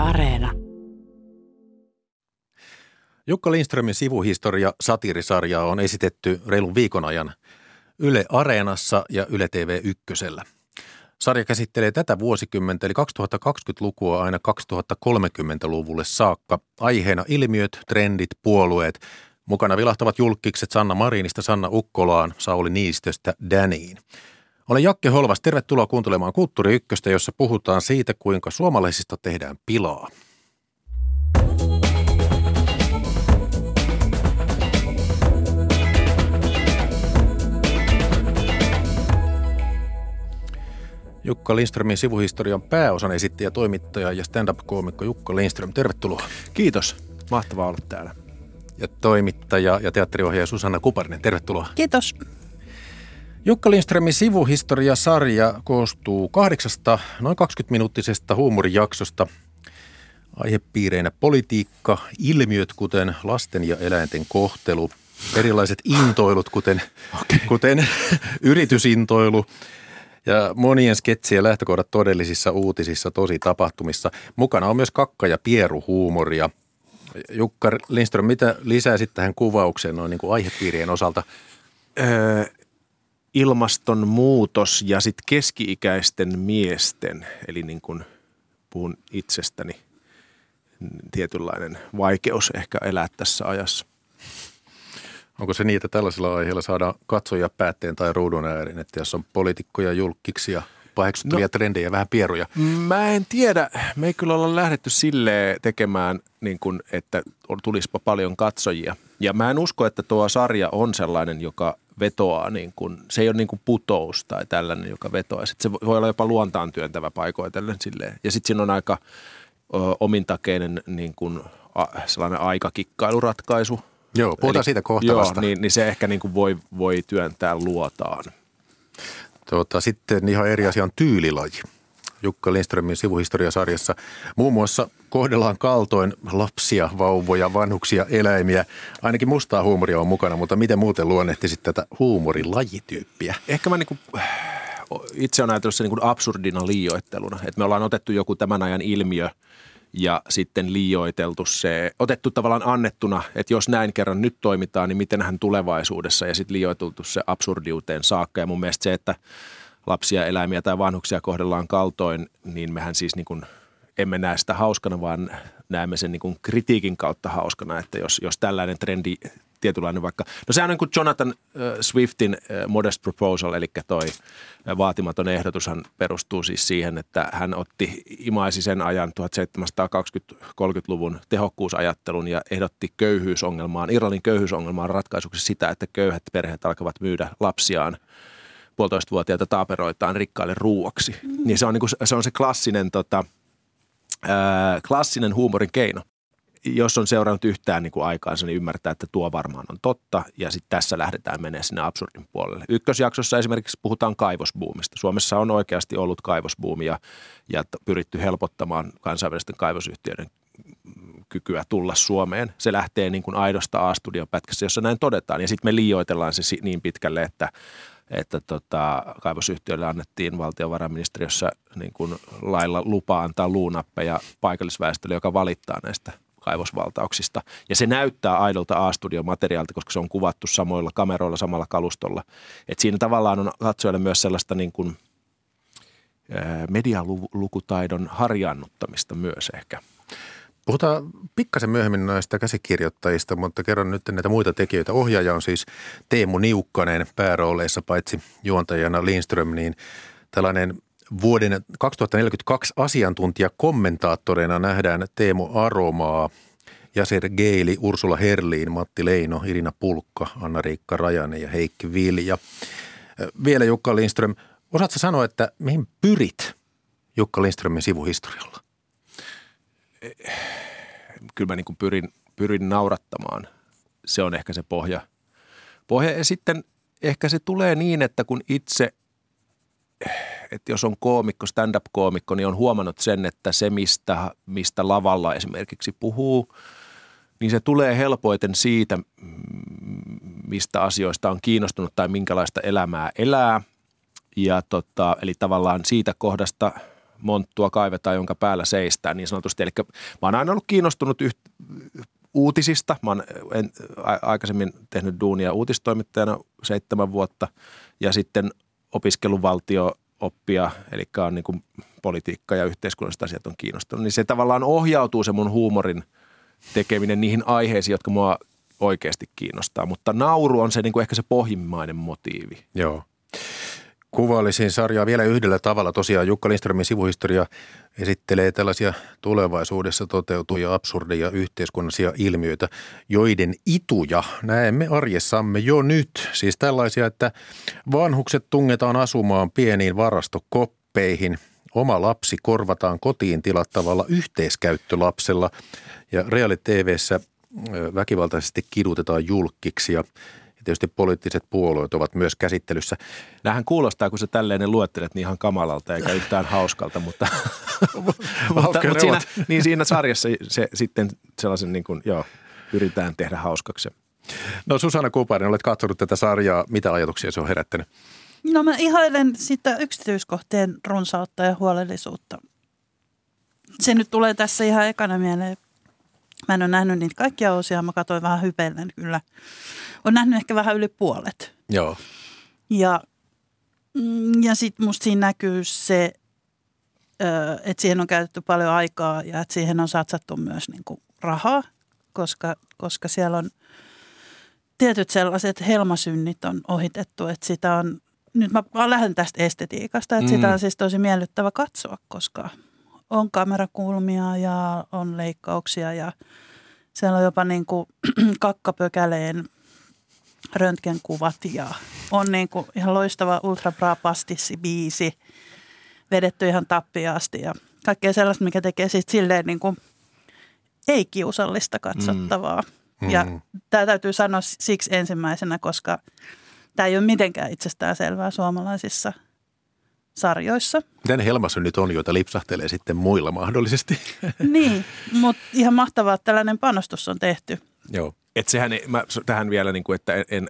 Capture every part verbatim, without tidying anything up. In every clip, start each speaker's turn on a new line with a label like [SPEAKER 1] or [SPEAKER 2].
[SPEAKER 1] Areena.
[SPEAKER 2] Jukka Lindströmin sivuhistoria satiirisarjaa on esitetty reilun viikon ajan Yle Areenassa ja Yle T V ykkösellä. Sarja käsittelee tätä vuosikymmentä eli kaksituhattakaksikymmentälukua aina kaksituhattakolmekymmentäluvulle saakka. Aiheena ilmiöt, trendit, puolueet. Mukana vilahtavat julkkikset Sanna Marinista Sanna Ukkolaan, Sauli Niinistöstä Daniin. Olen Jakke Holvas, tervetuloa kuuntelemaan Kulttuuri Ykköstä, jossa puhutaan siitä, kuinka suomalaisista tehdään pilaa. Jukka Lindströmin sivuhistorian pääosan esittäjä, toimittaja ja stand-up-koomikko Jukka Lindström. Tervetuloa.
[SPEAKER 3] Kiitos. Mahtavaa olla täällä.
[SPEAKER 2] Ja toimittaja ja teatteriohjaaja Susanna Kuparinen. Tervetuloa.
[SPEAKER 1] Kiitos.
[SPEAKER 2] Jukka Lindströmin sivuhistoria-sarja koostuu kahdeksasta noin kaksikymmentä-minuuttisesta huumorijaksosta. Aihepiireinä politiikka, ilmiöt kuten lasten ja eläinten kohtelu, erilaiset intoilut kuten, okay. kuten yritysintoilu, ja monien sketsien lähtökohdat todellisissa uutisissa, tosi tapahtumissa. Mukana on myös kakka- ja pieruhuumoria. Jukka Lindström, mitä lisäisit tähän kuvaukseen noin niin kuin aihepiirien osalta?
[SPEAKER 3] Öö, ilmastonmuutos ja sitten keski-ikäisten miesten, eli niin kuin puhun itsestäni, tietynlainen vaikeus ehkä elää tässä ajassa.
[SPEAKER 2] Onko se niin, että tällaisilla aiheilla saadaan katsoja päätteen tai ruudun äärin, että jos on poliitikkoja, julkkiksi ja paheksuttavia no, trendejä ja vähän pieruja?
[SPEAKER 3] Mä en tiedä. Me ei kyllä olla lähdetty silleen tekemään, niin kuin, että tulispa paljon katsojia. Ja mä en usko, että tuo sarja on sellainen, joka vetoaa, niin kuin, se ei ole niin kuin putous tai tällainen, joka vetoaa. Sitten se voi olla jopa luontaan työntävä paikoitellen silleen. Ja sitten siinä on aika ö, omintakeinen niin kuin, a, sellainen aikakikkailuраtkaisu.
[SPEAKER 2] Joo, puhutaan Eli, siitä kohta
[SPEAKER 3] joo,
[SPEAKER 2] vasta.
[SPEAKER 3] Niin, niin se ehkä niin kuin voi, voi työntää luotaan.
[SPEAKER 2] Tuota, sitten ihan eri asia on tyylilaji. Jukka Lindströmin sivuhistoriasarjassa muun muassa kohdellaan kaltoin lapsia, vauvoja, vanhuksia, eläimiä. Ainakin mustaa huumoria on mukana, mutta miten muuten luonnehtisit tätä huumorilajityyppiä?
[SPEAKER 3] Ehkä mä niin kuin, itse olen ajatellut se niin kuin absurdina liioitteluna, että me ollaan otettu joku tämän ajan ilmiö ja sitten liioiteltu se, otettu tavallaan annettuna, että jos näin kerran nyt toimitaan, niin mitenhän tulevaisuudessa ja sitten liioiteltu se absurdiuteen saakka. Ja mun mielestä se, että lapsia, eläimiä tai vanhuksia kohdellaan kaltoin, niin mehän siis niin kuin emme näe sitä hauskana, vaan näemme sen niin kuin kritiikin kautta hauskana, että jos, jos tällainen trendi tietynlainen vaikka, no sehän on niin kuin Jonathan äh, Swiftin äh, Modest Proposal, eli toi äh, vaatimaton ehdotushan perustuu siis siihen, että hän otti, imaisi sen ajan tuhatseitsemänsataakaksikymmentä-kolmekymmentäluvun tehokkuusajattelun ja ehdotti köyhyysongelmaan, Irlannin köyhyysongelmaan ratkaisuksi sitä, että köyhät perheet alkavat myydä lapsiaan puolitoistavuotiaita taaperoitaan rikkaille ruuaksi. Mm. Niin se on, niin kuin, se on se klassinen, tota, ää, klassinen huumorin keino. Jos on seurannut yhtään niin kuin aikaansa, niin ymmärtää, että tuo varmaan on totta. Ja sitten tässä lähdetään menemään sinne absurdin puolelle. Ykkösjaksossa esimerkiksi puhutaan kaivosbuumista. Suomessa on oikeasti ollut kaivosbuumi ja, ja pyritty helpottamaan kansainvälisten kaivosyhtiöiden kykyä tulla Suomeen. Se lähtee niin kuin aidosta A-studion pätkässä, jossa näin todetaan. Ja sitten me liioitellaan se niin pitkälle, että että tota, kaivosyhtiölle annettiin valtiovarainministeriössä niin kuin lailla lupa antaa luunappeja paikallisväestölle, joka valittaa näistä kaivosvaltauksista. Ja se näyttää aidolta A-studion materiaalta, koska se on kuvattu samoilla kameroilla, samalla kalustolla. Et siinä tavallaan on katsojalle myös sellaista niin kuin medialukutaidon harjaannuttamista myös ehkä.
[SPEAKER 2] Puhutaan pikkasen myöhemmin näistä käsikirjoittajista, mutta kerron nyt näitä muita tekijöitä. Ohjaaja on siis Teemu Niukkanen päärooleissa, paitsi juontajana Lindström, niin tällainen vuoden kaksituhattaneljäkymmentäkaksi asiantuntijakommentaattoreina nähdään Teemu Aromaa, Jaser Geili, Ursula Herliin, Matti Leino, Irina Pulkka, Anna-Riikka Rajanen ja Heikki Vilja. Vielä Jukka Lindström, osaatko sanoa, että mihin pyrit Jukka Lindströmin sivuhistorialla?
[SPEAKER 3] Kyllä mä niin kuin pyrin, pyrin naurattamaan. Se on ehkä se pohja. pohja. Ja sitten ehkä se tulee niin, että kun itse, että jos on koomikko, stand-up-koomikko, niin on huomannut sen, että se mistä, mistä lavalla esimerkiksi puhuu, niin se tulee helpoiten siitä, mistä asioista on kiinnostunut tai minkälaista elämää elää. Ja tota, eli tavallaan siitä kohdasta monttua kaivetaan, jonka päällä seistään niin sanotusti. Eli mä oon aina ollut kiinnostunut yht, uutisista. Mä oon en, a, aikaisemmin tehnyt duunia uutistoimittajana seitsemän vuotta ja sitten opiskellut valtio-oppia, eli on niin kuin politiikka ja yhteiskunnalliset asiat on kiinnostunut. Niin se tavallaan ohjautuu se mun huumorin tekeminen niihin aiheisiin, jotka mua oikeasti kiinnostaa. Mutta nauru on se niin kuin ehkä se pohjimmainen motiivi.
[SPEAKER 2] Joo. Kuvailisin sarjaa vielä yhdellä tavalla. Tosiaan Jukka Lindströmin sivuhistoria esittelee tällaisia tulevaisuudessa toteutuvia absurdeja yhteiskunnallisia ilmiöitä, joiden ituja näemme arjessamme jo nyt. Siis tällaisia, että vanhukset tungetaan asumaan pieniin varastokoppeihin, oma lapsi korvataan kotiin tilattavalla yhteiskäyttölapsella ja reality-T V:ssä väkivaltaisesti kidutetaan julkkiksi ja tietysti poliittiset puolueet ovat myös käsittelyssä.
[SPEAKER 3] Nämähän kuulostaa, kun sä tälleen ne luettelet, niin ihan kamalalta eikä yhtään hauskalta, mutta, mutta, mutta siinä, niin siinä sarjassa se sitten sellaisen niin kuin, joo, yritetään tehdä hauskaksi.
[SPEAKER 2] No Susanna Kuparinen, olet katsonut tätä sarjaa. Mitä ajatuksia se on herättänyt?
[SPEAKER 1] No mä ihailen sitä yksityiskohtien runsautta ja huolellisuutta. Se nyt tulee tässä ihan ekana mieleen. Mä en ole nähnyt niitä kaikkia osia, mä katsoin vähän hypellen kyllä. Olen nähnyt ehkä vähän yli puolet.
[SPEAKER 2] Joo.
[SPEAKER 1] Ja, ja sitten musta siinä näkyy se, että siihen on käytetty paljon aikaa ja että siihen on satsattu myös niinku rahaa, koska, koska siellä on tietyt sellaiset helmasynnit on ohitettu, että sitä on, nyt mä lähden tästä estetiikasta, että mm. sitä on siis tosi miellyttävä katsoa, koska on kamerakulmia ja on leikkauksia ja siellä on jopa niin kuin kakkapökäleen röntgenkuvat ja on niin kuin ihan loistava Ultra Bra Pastissi-biisi vedetty ihan tappiin asti ja kaikkea sellaista, mikä tekee siitä silleen niin kuin ei-kiusallista katsottavaa. Mm. Ja tämä täytyy sanoa siksi ensimmäisenä, koska tämä ei ole mitenkään itsestään selvää suomalaisissa sarjoissa.
[SPEAKER 2] Miten helmasynnit on, joita lipsahtelee sitten muilla mahdollisesti?
[SPEAKER 1] Niin, mutta ihan mahtavaa, että tällainen panostus on tehty.
[SPEAKER 3] Joo. Et sehän, mä tähän vielä, niin kuin, että en,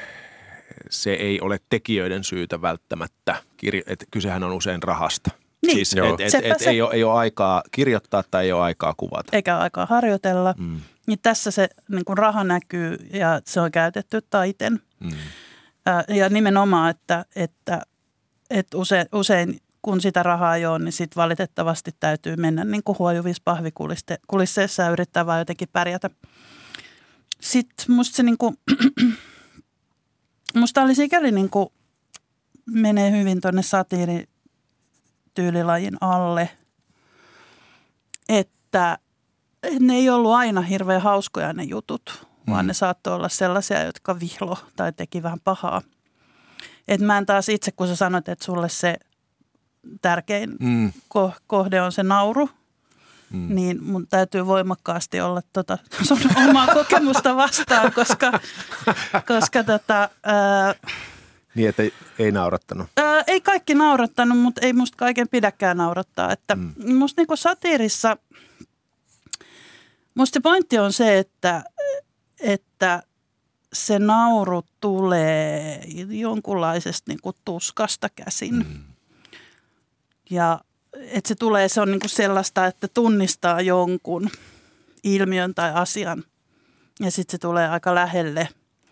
[SPEAKER 3] se ei ole tekijöiden syytä välttämättä. Että kysehän on usein rahasta.
[SPEAKER 1] Niin.
[SPEAKER 3] Siis et, et, et, ei, ole, ei ole aikaa kirjoittaa tai ei ole aikaa kuvata.
[SPEAKER 1] Eikä ole aikaa harjoitella. Mm. Niin tässä se niin kuin raha näkyy ja se on käytetty taiten. Mm. Ja nimenomaan, että, että, että usein, usein kun sitä rahaa ei ole, niin sitten valitettavasti täytyy mennä niin kuin huojuvissa pahvikulisseissa ja yrittää vaan jotenkin pärjätä. Sitten musta se niin kuin, musta oli sikäli niin kuin menee hyvin tuonne satiirityylilajin alle, että ne ei ollut aina hirveän hauskoja ne jutut, vaan mm. ne saattoi olla sellaisia, jotka vihlo tai teki vähän pahaa. Et mä en taas itse, kun sä sanoit, että sulle se tärkein mm. ko- kohde on se nauru, mm. niin mun täytyy voimakkaasti olla tota sun omaa kokemusta vastaan, koska, koska tota, ää,
[SPEAKER 3] niin, että ei, ei naurattanut.
[SPEAKER 1] Ää, ei kaikki naurattanut, mutta ei musta kaiken pidäkään naurattaa. Että mm. musta niinku satiirissa, musta se pointti on se, että, että se nauru tulee jonkunlaisesta niinku tuskasta käsin. Mm. Ja että se tulee, se on niinku sellaista, että tunnistaa jonkun ilmiön tai asian ja sitten se tulee aika lähelle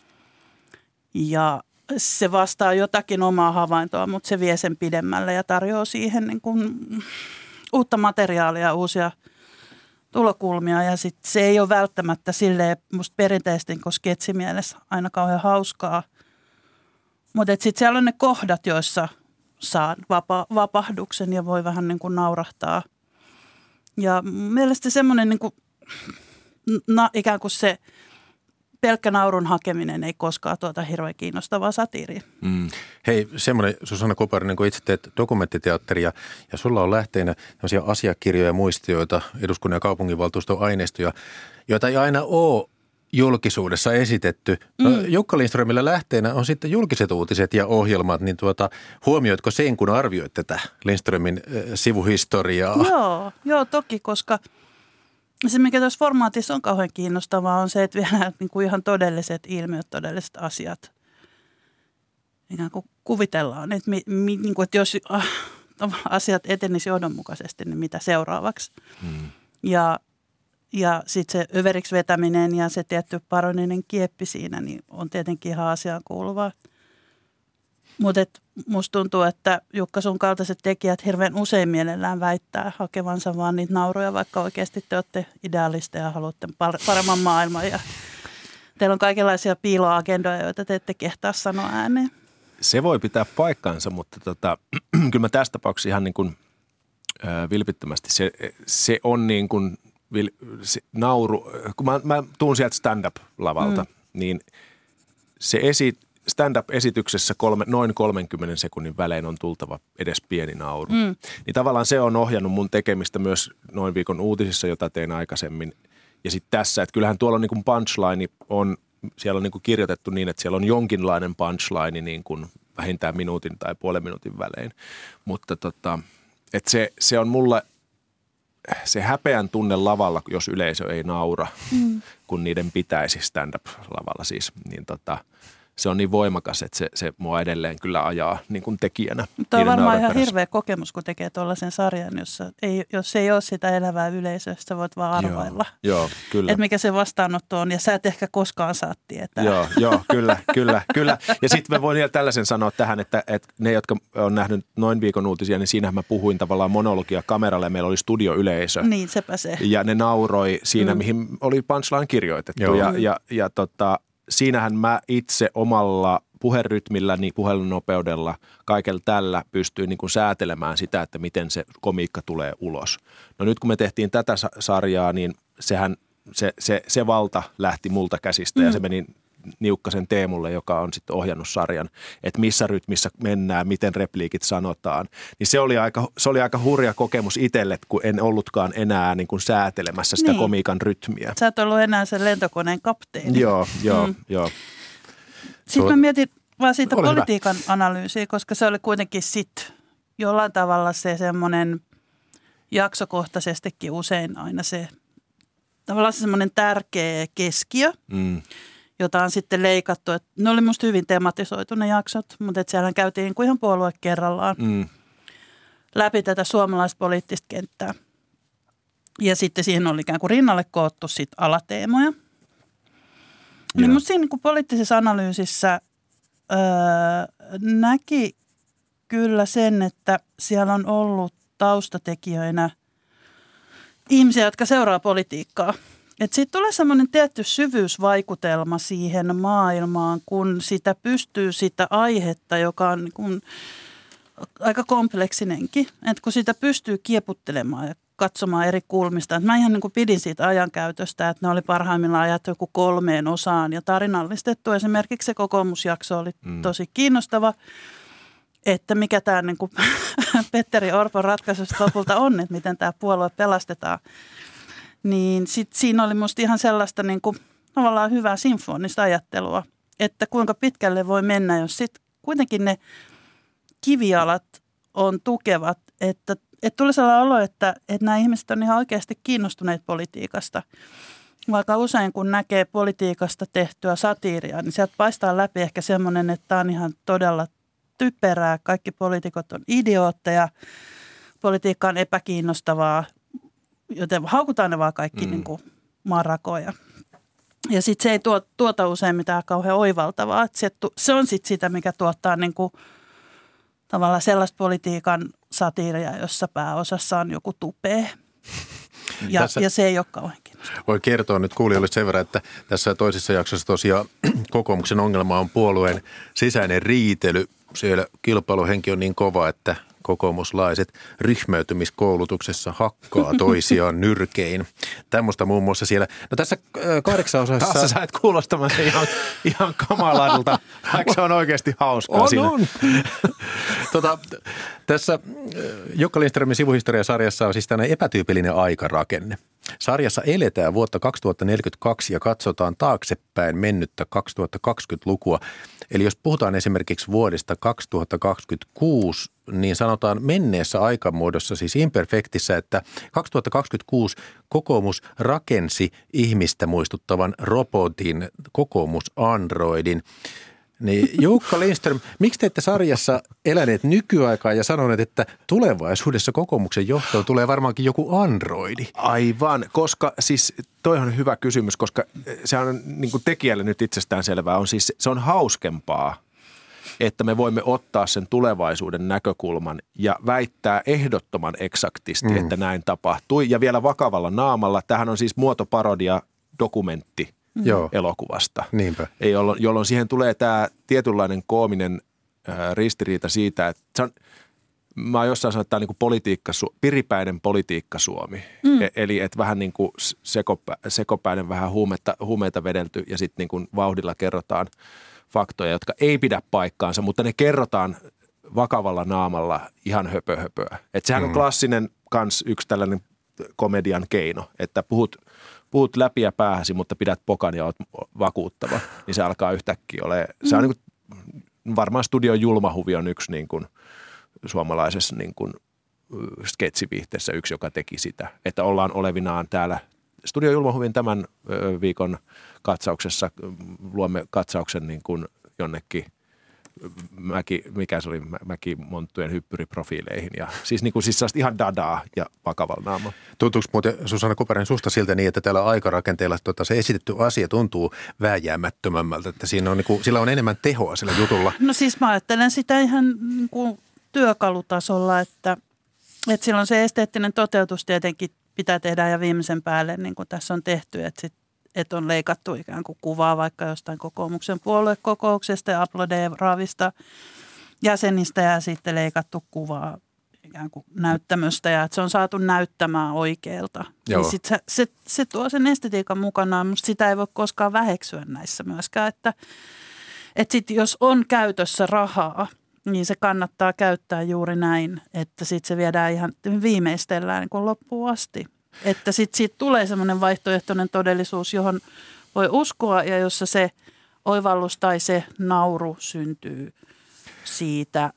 [SPEAKER 1] ja se vastaa jotakin omaa havaintoa, mutta se vie sen pidemmälle ja tarjoaa siihen niinku uutta materiaalia, uusia tulokulmia ja sitten se ei ole välttämättä silleen musta perinteisesti niin sketsimielessä aina kauhean hauskaa, mutta sitten siellä on ne kohdat, joissa saa vapa- vapahduksen ja voi vähän niin kuin naurahtaa. Ja mielestäni semmoinen niin kuin, na, ikään kuin se pelkkä naurun hakeminen ei koskaan tuota hirveän kiinnostavaa satiiria.
[SPEAKER 2] Mm. Hei, semmoinen Susanna Kuparinen, kun itse teet dokumenttiteatteria ja sulla on lähteenä tämmöisiä asiakirjoja, muistioita, eduskunnan ja kaupunginvaltuuston aineistoja, joita ei aina ole julkisuudessa esitetty. No, mm. Jukka Lindströmillä lähteenä on sitten julkiset uutiset ja ohjelmat, niin tuota, huomioitko sen, kun arvioit tätä Lindströmin äh, sivuhistoriaa?
[SPEAKER 1] Joo, joo, toki, koska se, mikä tässä formaatissa on kauhean kiinnostavaa, on se, että vielä niin kuin ihan todelliset ilmiöt, todelliset asiat ikään kuin kuvitellaan. Että, mi, mi, niin kuin, että jos, ah, asiat etenisi johdonmukaisesti, niin mitä seuraavaksi. Mm. Ja, ja sitten se överiksi vetäminen ja se tietty paroninen kieppi siinä, niin on tietenkin ihan asiaan kuuluvaa. Mutta musta tuntuu, että Jukka sun kaltaiset tekijät hirveän usein mielellään väittää hakevansa vaan niitä nauroja, vaikka oikeasti te olette idealisteja ja haluatte paremman maailman ja teillä on kaikenlaisia piiloagendoja, joita te ette kehtaa sanoa ääneen.
[SPEAKER 3] Se voi pitää paikkansa, mutta tota, kyllä mä tässä tapauksessa ihan niin kuin, äh, vilpittömästi, se, se on niin kuin vil, se nauru, kun mä, mä tuun sieltä stand-up-lavalta, mm. niin se esi, stand-up-esityksessä kolme, noin kolmenkymmenen sekunnin välein on tultava edes pieni nauru. Mm. Niin tavallaan se on ohjannut mun tekemistä myös Noin viikon uutisissa, jota tein aikaisemmin. Ja sitten tässä, että kyllähän tuolla on niin kuin punchline on, siellä on niin kuin kirjoitettu niin, että siellä on jonkinlainen punchline niin kuin vähintään minuutin tai puolen minuutin välein. Mutta tota, että se, se on mulle se häpeän tunne lavalla, jos yleisö ei naura, mm. kun niiden pitäisi stand-up-lavalla siis, niin tota, se on niin voimakas, että se, se mua edelleen kyllä ajaa niin kuin tekijänä.
[SPEAKER 1] Mutta on varmaan ihan hirveä kokemus, kun tekee tuollaisen sarjan, jossa ei, jos ei ole sitä elävää yleisöä, sä voit vaan arvailla.
[SPEAKER 3] Joo, joo, kyllä.
[SPEAKER 1] Että mikä se vastaanotto on, ja sä et ehkä koskaan saa tietää.
[SPEAKER 3] Joo, joo, kyllä, kyllä, kyllä. Ja sitten mä voin vielä tällaisen sanoa tähän, että, että ne, jotka on nähnyt Noin viikon uutisia, niin siinähän mä puhuin tavallaan monologia kameralle, ja meillä oli studioyleisö.
[SPEAKER 1] Niin, sepä se.
[SPEAKER 3] Ja ne nauroi siinä, mm. mihin oli punchline kirjoitettu. Joo. Ja, ja, ja tota, siinähän mä itse omalla puherytmilläni, puhelunopeudella, kaikella tällä pystyin niin kuin säätelemään sitä, että miten se komiikka tulee ulos. No nyt kun me tehtiin tätä sarjaa, niin sehän, se, se, se valta lähti multa käsistä mm. ja se meni Niukkasen Teemulle, joka on sitten ohjannut sarjan, että missä rytmissä mennään, miten repliikit sanotaan. Niin se oli aika, se oli aika hurja kokemus itselle, kun en ollutkaan enää niin kuin säätelemässä sitä niin. komiikan rytmiä.
[SPEAKER 1] Sä et ollut enää sen lentokoneen kapteeni.
[SPEAKER 3] Joo, joo, mm. joo.
[SPEAKER 1] Sitten mä mietin vaan siitä Oli politiikan hyvä. analyysiä, koska se oli kuitenkin sitten jollain tavalla se semmoinen jaksokohtaisestikin usein aina se tavallaan se semmoinen tärkeä keskiö, mm. jota on sitten leikattu. Et ne oli musta hyvin tematisoitu ne jaksot, mutta siellähän käytiin kuin ihan puolue kerrallaan mm. läpi tätä suomalaista poliittista kenttää. Ja sitten siihen oli ikään kuin rinnalle koottu sit alateemoja. Yeah. Niin musta siinä niin kuin poliittisessa analyysissä öö, näki kyllä sen, että siellä on ollut taustatekijöinä ihmisiä, jotka seuraa politiikkaa. Että siitä tulee semmoinen tietty syvyysvaikutelma siihen maailmaan, kun sitä pystyy sitä aihetta, joka on niin kuin aika kompleksinenkin, että kun sitä pystyy kieputtelemaan ja katsomaan eri kulmista. Että mä ihan niin kuin pidin siitä ajankäytöstä, että ne oli parhaimmillaan ajattu joku kolmeen osaan ja tarinallistettu. Esimerkiksi se kokoomusjakso oli mm. tosi kiinnostava, että mikä tämä niin kuin Petteri Orpon ratkaisusta lopulta on, että miten tämä puolue pelastetaan. Niin sit siinä oli musta ihan sellaista niin kuin tavallaan hyvää sinfonista ajattelua, että kuinka pitkälle voi mennä, jos sitten kuitenkin ne kivialat on tukevat, että, että tuli sellainen olo, että, että nämä ihmiset on ihan oikeasti kiinnostuneet politiikasta. Vaikka usein kun näkee politiikasta tehtyä satiiria, niin sieltä paistaa läpi ehkä semmoinen, että tämä on ihan todella typerää. Kaikki poliitikot on idiootteja, politiikka on epäkiinnostavaa, joten haukutaan ne vaan kaikki mm. niin kuin maanrakoja. Ja sitten se ei tuo, tuota usein mitään kauhean oivaltavaa. Se, se on sitten sitä, mikä tuottaa niin kuin tavallaan sellaista politiikan satiiria, jossa pääosassa on joku tupee. Ja, ja se ei ole kauhean kiinnostavaa.
[SPEAKER 2] Voi kertoa nyt kuulijoille sen verran, että tässä toisessa jaksossa tosiaan kokoomuksen ongelma on puolueen sisäinen riitely. Siellä kilpailuhenki on niin kova, että kokoomuslaiset ryhmäytymiskoulutuksessa hakkaa toisiaan nyrkein. Tämmöistä muun muassa siellä. No tässä kahdeksanosassa...
[SPEAKER 3] Tässä sä et kuulostamaan se ihan, ihan kamaladulta, vaikka se on oikeasti hauskaa
[SPEAKER 2] on,
[SPEAKER 3] siinä.
[SPEAKER 2] On. tota, tässä Jukka Lindströmin sivuhistoriasarjassa on siis tämmöinen epätyypillinen aikarakenne. Sarjassa eletään vuotta kaksituhattaneljäkymmentäkaksi ja katsotaan taaksepäin mennyttä kaksituhattakaksikymmentälukua. Eli jos puhutaan esimerkiksi vuodesta kaksituhattakaksikymmentäkuusi, niin sanotaan menneessä aikamuodossa, siis imperfektissä, että kaksituhattakaksikymmentäkuusi kokoomus rakensi ihmistä muistuttavan robotin, kokoomus androidin. Niin Jukka Lindström, miksi te ette sarjassa eläneet nykyaikaa ja sanoneet, että tulevaisuudessa kokoomuksen johtoon tulee varmaankin joku androidi?
[SPEAKER 3] Aivan, koska siis toi on hyvä kysymys, koska se on niin kuin tekijälle nyt itsestään selvää, on siis se on hauskempaa, että me voimme ottaa sen tulevaisuuden näkökulman ja väittää ehdottoman eksaktisti, mm. että näin tapahtui. Ja vielä vakavalla naamalla, tämähän on siis muotoparodia dokumentti mm. elokuvasta.
[SPEAKER 2] Niinpä.
[SPEAKER 3] Jolloin, jolloin siihen tulee tämä tietynlainen koominen ää, ristiriita siitä, että se on, mä oon jossain sanonut, että tämä on niin kuin politiikka, piripäinen politiikka Suomi. Mm. E- eli että vähän niin kuin sekopä, sekopäinen, vähän huumetta, huumeita vedelty ja sitten niin kuin vauhdilla kerrotaan faktoja, jotka ei pidä paikkaansa, mutta ne kerrotaan vakavalla naamalla ihan höpö höpöä. Että sehän mm. on klassinen kans yksi tällainen komedian keino, että puhut, puhut läpi ja päähäsi, mutta pidät pokan ja oot vakuuttava. Niin se alkaa yhtäkkiä ole, se on mm. niin kuin, varmaan Studion Julmahuvi on yksi niin kuin suomalaisessa niin kuin sketsiviihteessä yksi, joka teki sitä, että ollaan olevinaan täällä Studio Julmahuvin tämän viikon katsauksessa luomme katsauksen niin kuin jonnekin mäki, mikä se oli, mäkimonttujen hyppyriprofiileihin ja siis, niin kuin, siis ihan dadaa ja vakavalla naamalla.
[SPEAKER 2] Tuntuuko muuten Susanna Kupanen susta siltä niin, että täällä aikarakenteella tota, se esitetty asia tuntuu vääjäämättömämmältä, että siinä on, niin kuin, sillä on enemmän tehoa sillä jutulla?
[SPEAKER 1] No siis mä ajattelen sitä ihan niin kuin työkalutasolla, että, että silloin se esteettinen toteutus tietenkin pitää tehdä ja viimeisen päälle, niin kuin tässä on tehty, että, sit, että on leikattu ikään kuin kuvaa vaikka jostain kokoomuksen puoluekokouksesta ja aplodeeraavista jäsenistä ja sitten leikattu kuvaa ikään kuin näyttämöstä ja että se on saatu näyttämään oikealta. Niin sit se, se, se tuo sen estetiikan mukanaan, mutta sitä ei voi koskaan väheksyä näissä myöskään, että, että sit jos on käytössä rahaa, niin se kannattaa käyttää juuri näin, että sitten se viedään ihan viimeistellään niin kuin loppuun asti. Että sitten siitä tulee semmoinen vaihtoehtoinen todellisuus, johon voi uskoa ja jossa se oivallus tai se nauru syntyy siitä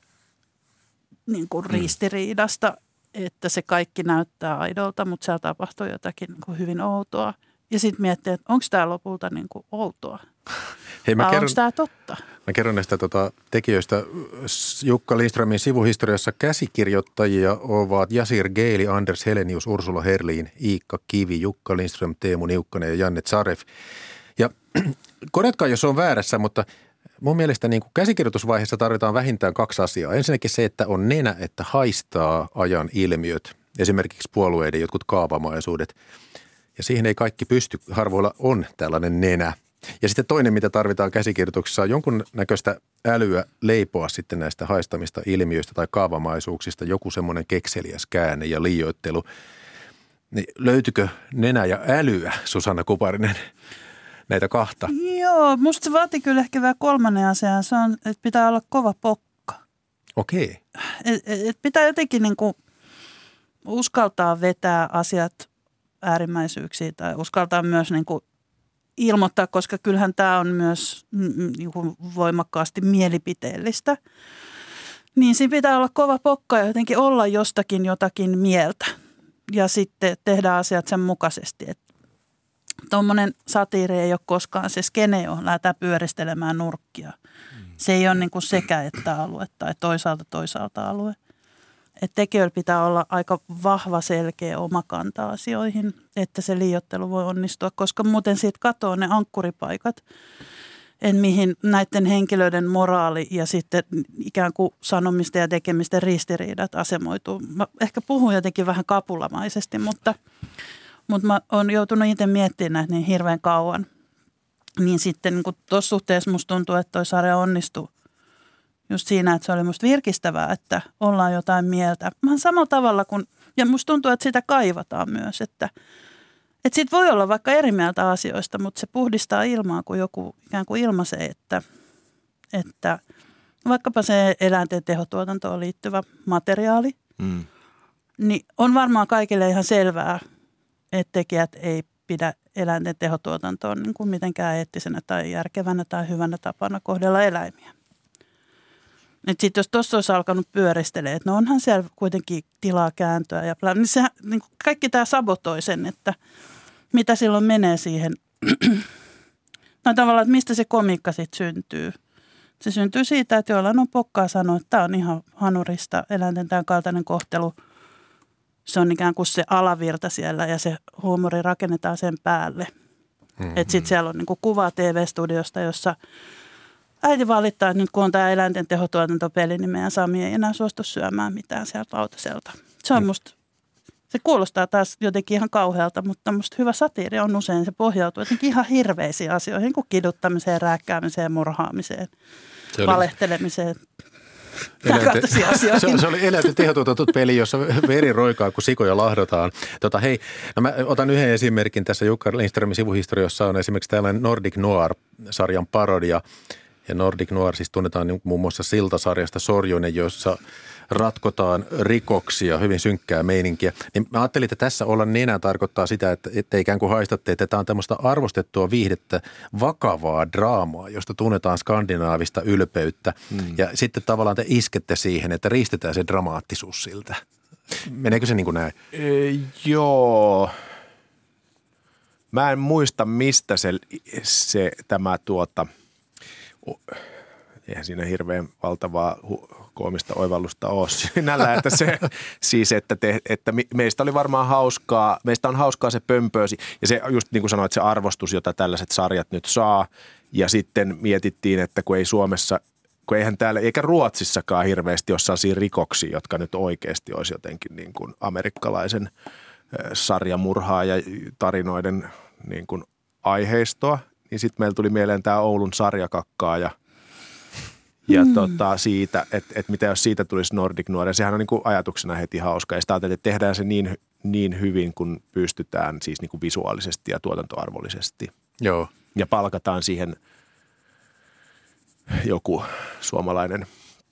[SPEAKER 1] niin kuin ristiriidasta, että se kaikki näyttää aidolta, mutta siellä tapahtuu jotakin niin kuin hyvin outoa. Ja sitten miettii, että onko tämä lopulta niin kuin outoa? Hei, mä kerron, onko tämä totta?
[SPEAKER 2] Mä kerron näistä tota, tekijöistä. Jukka Lindströmin sivuhistoriassa käsikirjoittajia ovat Jasir Geeli, Anders Helenius, Ursula Herlin, Iikka Kivi, Jukka Lindström, Teemu Niukkanen ja Janne Zaref. Ja korjatkaa, jos on väärässä, mutta mun mielestä niin kuin käsikirjoitusvaiheessa tarvitaan vähintään kaksi asiaa. Ensinnäkin se, että on nenä, että haistaa ajan ilmiöt, esimerkiksi puolueiden jotkut kaavamaisuudet. Ja siihen ei kaikki pysty, harvoilla on tällainen nenä. Ja sitten toinen, mitä tarvitaan käsikirjoituksessa, on jonkunnäköistä älyä leipoa sitten näistä haistamista ilmiöistä tai kaavamaisuuksista, joku semmoinen kekseliäs käänne ja liioittelu. Niin löytyykö nenä ja älyä, Susanna Kuparinen, näitä kahta?
[SPEAKER 1] Joo, musta se vaatii kyllä ehkä vielä kolmannen asian. Se on, että pitää olla kova pokka.
[SPEAKER 2] Okei.
[SPEAKER 1] Et, et pitää jotenkin niin kuin uskaltaa vetää asiat äärimmäisyyksiin tai uskaltaa myös niin kuin ilmoittaa, koska kyllähän tämä on myös niin kuin voimakkaasti mielipiteellistä. Niin siinä pitää olla kova pokka ja jotenkin olla jostakin jotakin mieltä ja sitten tehdä asiat sen mukaisesti. Tuommoinen satiiri ei ole koskaan se skene, johon lähdetään pyöristelemään nurkkia. Se ei ole niin kuin sekä että alue tai toisaalta toisaalta alue. Että tekijöillä pitää olla aika vahva, selkeä oma kanta asioihin, että se liioittelu voi onnistua, koska muuten siitä katoaa ne ankkuripaikat, en mihin näiden henkilöiden moraali ja sitten ikään kuin sanomisten ja tekemisten ristiriidat asemoituu. Mä ehkä puhun jotenkin vähän kapulamaisesti, mutta, mutta mä oon joutunut itse miettimään näitä niin hirveän kauan. Niin sitten niin tuossa suhteessa musta tuntuu, että toi sarja onnistuu. Just siinä, että se oli musta virkistävää, että ollaan jotain mieltä. Vähän samalla tavalla kuin, ja musta tuntuu, että sitä kaivataan myös, että, että sit voi olla vaikka eri mieltä asioista, mutta se puhdistaa ilmaa, kun joku ikään kuin ilmaisee, että, että vaikkapa se eläinten tehotuotantoon liittyvä materiaali, mm. niin on varmaan kaikille ihan selvää, että tekijät ei pidä eläinten tehotuotantoon niin kuin mitenkään eettisenä tai järkevänä tai hyvänä tapana kohdella eläimiä. Sitten jos tuossa olisi alkanut pyöristelemään, että no onhan siellä kuitenkin tilaa kääntöä ja niin se, niin kaikki tämä sabotoi sen, että mitä silloin menee siihen. No tavallaan, että mistä se komiikka sitten syntyy. Se syntyy siitä, että jollain on pokkaa sanoa, että tämä on ihan hanurista, eläinten tämän kaltainen kohtelu. Se on ikään kuin se alavirta siellä ja se huumori rakennetaan sen päälle. Mm-hmm. Että sitten siellä on niinku kuva T V-studiosta, jossa äiti valittaa, että nyt kun on tämä eläinten tehotuotantopeli, niin meidän Sami ei enää suostu syömään mitään sieltä lautaselta. Se on mm. musta, se kuulostaa taas jotenkin ihan kauhealta, mutta musta hyvä satiiri on usein, se pohjautuu jotenkin ihan hirveisiin asioihin, kuin kiduttamiseen, rääkkäämiseen, murhaamiseen, valehtelemiseen.
[SPEAKER 2] Eläinten, se, se oli eläinten tehotuotettu peli, jossa veri roikaa, kun sikoja lahdotaan. Tota, hei, no mä otan yhden esimerkin tässä Jukka Lindströmin sivuhistoriossa on esimerkiksi tällainen Nordic Noir-sarjan parodia. Ja Nordic Noir siis tunnetaan niin muun muassa Silta-sarjasta Sorjonen, jossa ratkotaan rikoksia, hyvin synkkää meininkiä. Niin mä ajattelin, että tässä olla nenä tarkoittaa sitä, että, että ikään kuin haistatte, että tämä on tämmöistä arvostettua viihdettä, vakavaa draamaa, josta tunnetaan skandinaavista ylpeyttä. Hmm. Ja sitten tavallaan te iskette siihen, että riistetään se dramaattisuus siltä. Meneekö se niin kuin näin?
[SPEAKER 3] E, joo. Mä en muista, mistä se, se tämä tuota... Eihän siinä hirveän valtavaa koomista oivallusta ole sinällä, että se siis, että, te, että meistä oli varmaan hauskaa, meistä on hauskaa se pömpöösi ja se just niin kuin sanoit, se arvostus, jota tällaiset sarjat nyt saa ja sitten mietittiin, että kun ei Suomessa, kun eihän täällä, eikä Ruotsissakaan hirveästi ole sellaisia rikoksia, jotka nyt oikeasti olisi jotenkin niin kuin amerikkalaisen sarjamurhaa ja tarinoiden niin kuin aiheistoa, niin sitten meillä tuli mieleen tämä Oulun sarjakakkaa ja Ja mm. tota, siitä, että, että mitä jos siitä tulisi Nordic Noir, sehän on niin kuin ajatuksena heti hauska. Ja sitä ajateltiin, että tehdään se niin, niin hyvin, kun pystytään siis niin kuin visuaalisesti ja tuotantoarvollisesti.
[SPEAKER 2] Joo.
[SPEAKER 3] Ja palkataan siihen joku suomalainen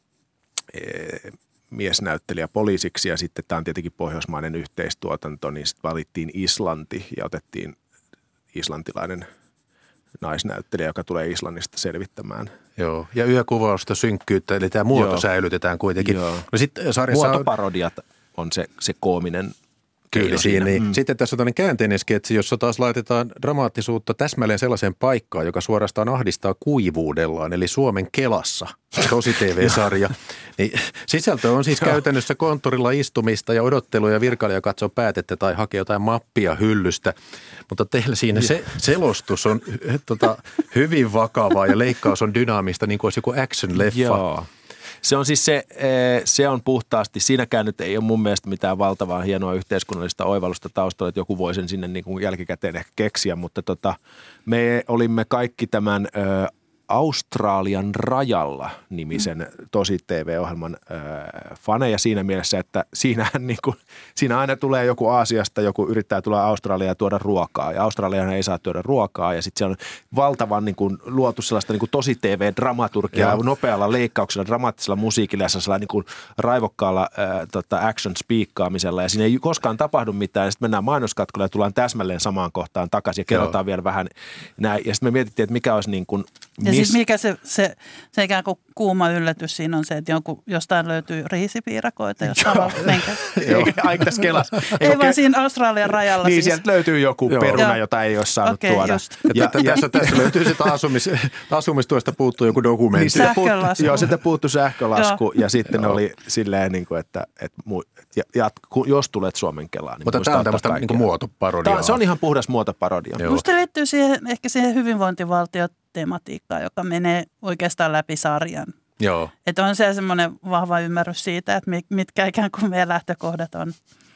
[SPEAKER 3] ee, miesnäyttelijä poliisiksi. Ja sitten tämä on tietenkin pohjoismainen yhteistuotanto, niin sitten valittiin Islanti ja otettiin islantilainen naisnäyttelijä, joka tulee Islannista selvittämään.
[SPEAKER 2] Joo, ja yökuvausta, synkkyyttä, eli tämä muoto Joo. säilytetään kuitenkin.
[SPEAKER 3] Joo.
[SPEAKER 2] No sitten sarjassa
[SPEAKER 3] muotoparodiat on se, se koominen
[SPEAKER 2] Kyllä siinä. Niin. Mm. Sitten tässä on tällainen käänteinen sketsi, jossa taas laitetaan dramaattisuutta täsmälleen sellaiseen paikkaan, joka suorastaan ahdistaa kuivuudellaan, eli Suomen Kelassa, tosi T V-sarja. Niin, sisältö on siis käytännössä konttorilla istumista ja odottelua ja virkailija katsoo päätettä tai hakee jotain mappia hyllystä. Mutta teillä siinä se selostus on tota, hyvin vakavaa ja leikkaus on dynaamista, niin kuin olisi joku action-leffa.
[SPEAKER 3] Joo. Se on siis se, se on puhtaasti, siinäkään nyt ei ole mun mielestä mitään valtavaa hienoa yhteiskunnallista oivallusta taustalla, että joku voi sen sinne niin kuin jälkikäteen ehkä keksiä, mutta tota, me olimme kaikki tämän ö, Australian rajalla nimisen tosi T V-ohjelman ö, faneja siinä mielessä, että siinähän niin kuin, siinä aina tulee joku Aasiasta, joku yrittää tulla Australiaan ja tuoda ruokaa ja Australiaan ei saa tuoda ruokaa ja sitten se on valtavan niin kuin, luotu sellaista niin kuin tosi T V-dramaturgiaa nopealla leikkauksella, dramaattisella musiikilla ja sellaisella niin kuin raivokkaalla ö, tota action-spiikkaamisella ja siinä ei koskaan tapahdu mitään ja sitten mennään mainoskatkolle ja tullaan täsmälleen samaan kohtaan takaisin ja kerrotaan Joo. vielä vähän näin ja sitten me mietittiin, että mikä olisi niin kuin
[SPEAKER 1] ja siis mikä se, se, se ikään kuin kuuma yllätys siinä on se, että jonkun, jostain löytyy riisipiirakoita, jostain valmenkä.
[SPEAKER 3] Aika tässä Kelassa.
[SPEAKER 1] Ei vaan ke- siinä Australian rajalla.
[SPEAKER 3] Niin,
[SPEAKER 1] siis.
[SPEAKER 3] Sieltä löytyy joku Joo. peruna, jota ei ole saanut okay, tuoda.
[SPEAKER 2] Ja, ja, ja tässä, tässä löytyy sitä asumis, asumistuesta puuttuu joku dokumentti.
[SPEAKER 1] Niin, sähkölasku.
[SPEAKER 3] Joo, sitten puuttui sähkölasku ja sitten
[SPEAKER 2] Joo.
[SPEAKER 3] oli silleen, niin kuin, että, että jat, jos tulet Suomen Kelaan. Niin
[SPEAKER 2] mutta tämä on tämmöistä niin muotoparodiaa.
[SPEAKER 3] Se on ihan puhdas muotoparodia.
[SPEAKER 1] Minusta liittyy siihen, ehkä siihen hyvinvointivaltio tematiikkaa, joka menee oikeastaan läpi sarjan.
[SPEAKER 2] Joo.
[SPEAKER 1] Että on se semmoinen vahva ymmärrys siitä, että mitkä ikään kuin meidän lähtökohdat on.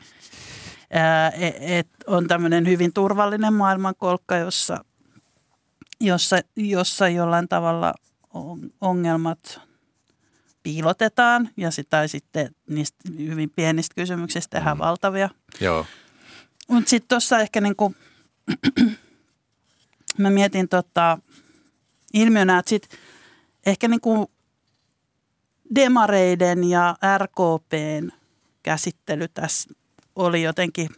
[SPEAKER 1] Että on tämmöinen hyvin turvallinen maailmankolkka, jossa, jossa, jossa jollain tavalla ongelmat piilotetaan ja sit, tai sitten niistä hyvin pienistä kysymyksistä tehdään mm. valtavia.
[SPEAKER 2] Joo.
[SPEAKER 1] Mutta sitten tuossa ehkä niinku, mä mietin tota ilmiönä, että sitten ehkä niinku demareiden ja R K P:n käsittely tässä oli jotenkin,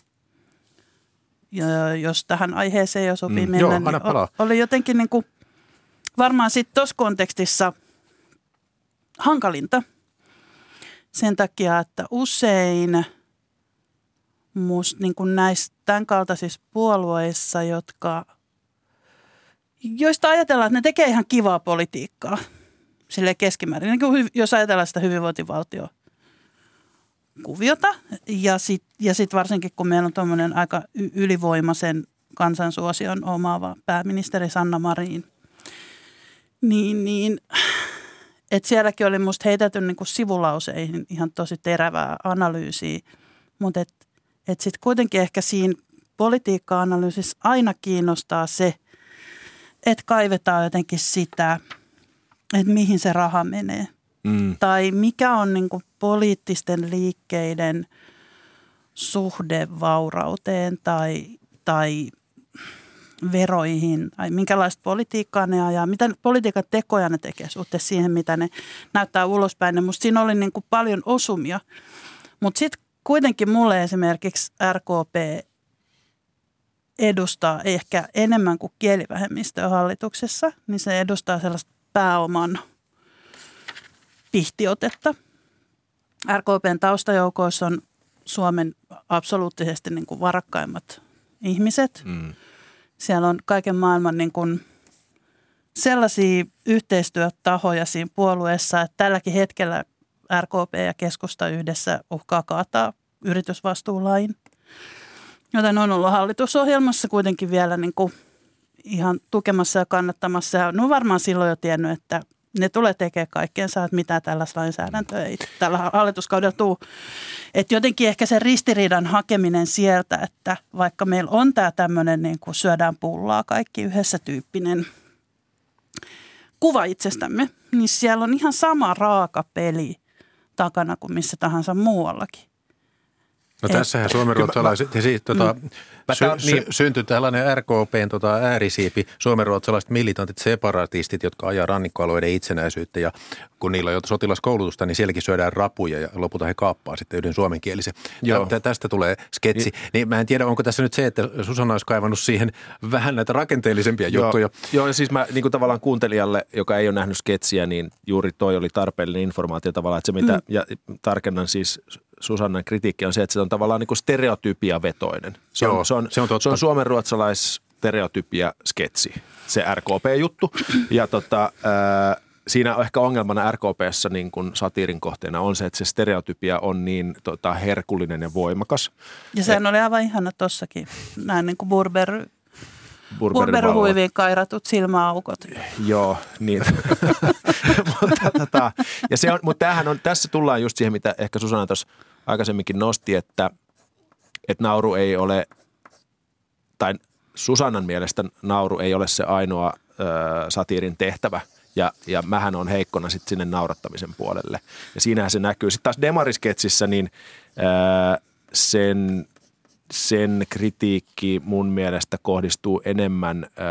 [SPEAKER 1] jos tähän aiheeseen jo sopii mm, mennä,
[SPEAKER 2] joo,
[SPEAKER 1] niin oli jotenkin niinku varmaan sitten tuossa kontekstissa hankalinta sen takia, että usein musta niinku näissä tämän kaltaisissa puolueissa, jotka, joista ajatellaan, että ne tekee ihan kivaa politiikkaa. silleen keskimäärin, niin kuin jos ajatellaan sitä hyvinvointivaltioa kuviota. Ja sitten ja sit varsinkin, kun meillä on tuommoinen aika ylivoimaisen kansansuosion omaava pääministeri Sanna Marin, niin, niin että sielläkin oli musta heitetty niin kuin sivulauseihin ihan tosi terävää analyysiä, mutta että et sitten kuitenkin ehkä siinä politiikka-analyysissä aina kiinnostaa se, että kaivetaan jotenkin sitä, että mihin se raha menee. Mm. Tai mikä on niin kuin poliittisten liikkeiden suhde vaurauteen tai, tai veroihin, tai minkälaista politiikkaa ne ajaa, mitä politiikan tekoja ne tekee suhteessa siihen, mitä ne näyttää ulospäin. Musta siinä oli niin kuin paljon osumia, mutta sitten kuitenkin mulle esimerkiksi R K P edustaa ehkä enemmän kuin kielivähemmistöä hallituksessa, niin se edustaa sellaista pääoman pihtiotetta. R K P:n taustajoukoissa on Suomen absoluuttisesti niin kuin varakkaimmat ihmiset. Mm. Siellä on kaiken maailman niin kuin sellaisia yhteistyötahoja siinä puolueessa, että tälläkin hetkellä R K P ja keskusta yhdessä uhkaa kaataa yritysvastuulain, joten on ollut hallitusohjelmassa kuitenkin vielä niin kuin ihan tukemassa ja kannattamassa. Ja no varmaan silloin jo tiennyt, että ne tulee tekemään kaikkeensa, että mitä tällaista lainsäädäntöä ei tällä hallituskaudella tule. Että jotenkin ehkä se ristiriidan hakeminen sieltä, että vaikka meillä on tämä tämmöinen niin kuin syödään pullaa kaikki yhdessä tyyppinen kuva itsestämme, niin siellä on ihan sama raaka peli takana kuin missä tahansa muuallakin.
[SPEAKER 2] No tässähän suomenruotsalaiset, siis, tota, mm. sy, sy, niin, syntyi tällainen R K P:n tota, äärisiipi, suomenruotsalaiset militantit, separatistit, jotka ajaa rannikkoalueiden itsenäisyyttä ja kun niillä on jo sotilaskoulutusta, niin sielläkin syödään rapuja ja lopulta he kaappaa sitten yhden suomenkielisen. Tä, tästä tulee sketsi. Niin mä en tiedä, onko tässä nyt se, että Susanna olisi kaivannut siihen vähän näitä rakenteellisempia
[SPEAKER 3] Joo.
[SPEAKER 2] juttuja.
[SPEAKER 3] Joo, ja siis mä niin kuin tavallaan kuuntelijalle, joka ei ole nähnyt sketsiä, niin juuri toi oli tarpeellinen informaatio tavallaan, että se mitä, mm. ja tarkennan siis Susannan kritiikki on se, että se on tavallaan niin kuin stereotypiavetoinen. Se on, Joo, se on, se on, se on suomenruotsalais stereotypia sketsi, se R K P-juttu. Ja tota, ää, siinä on ehkä ongelmana R K P:ssä niin kuin satiirin kohteena on se, että se stereotypia on niin tota, herkullinen ja voimakas.
[SPEAKER 1] Ja sehän oli aivan ihana tossakin, näin niin kuin Burberry. Burberry-huiviin kairatut silmäaukot.
[SPEAKER 3] Joo, niin. mutta, tota, ja se on, mutta tämähän on, tässä tullaan just siihen, mitä ehkä Susanna tuossa aikaisemminkin nosti, että, että nauru ei ole, tai Susannan mielestä nauru ei ole se ainoa ö, satiirin tehtävä. Ja, ja mähän on heikkona sitten sinne naurattamisen puolelle. Ja siinähän se näkyy. Sitten taas Demarisketsissä, niin ö, sen... Sen kritiikki mun mielestä kohdistuu enemmän öö,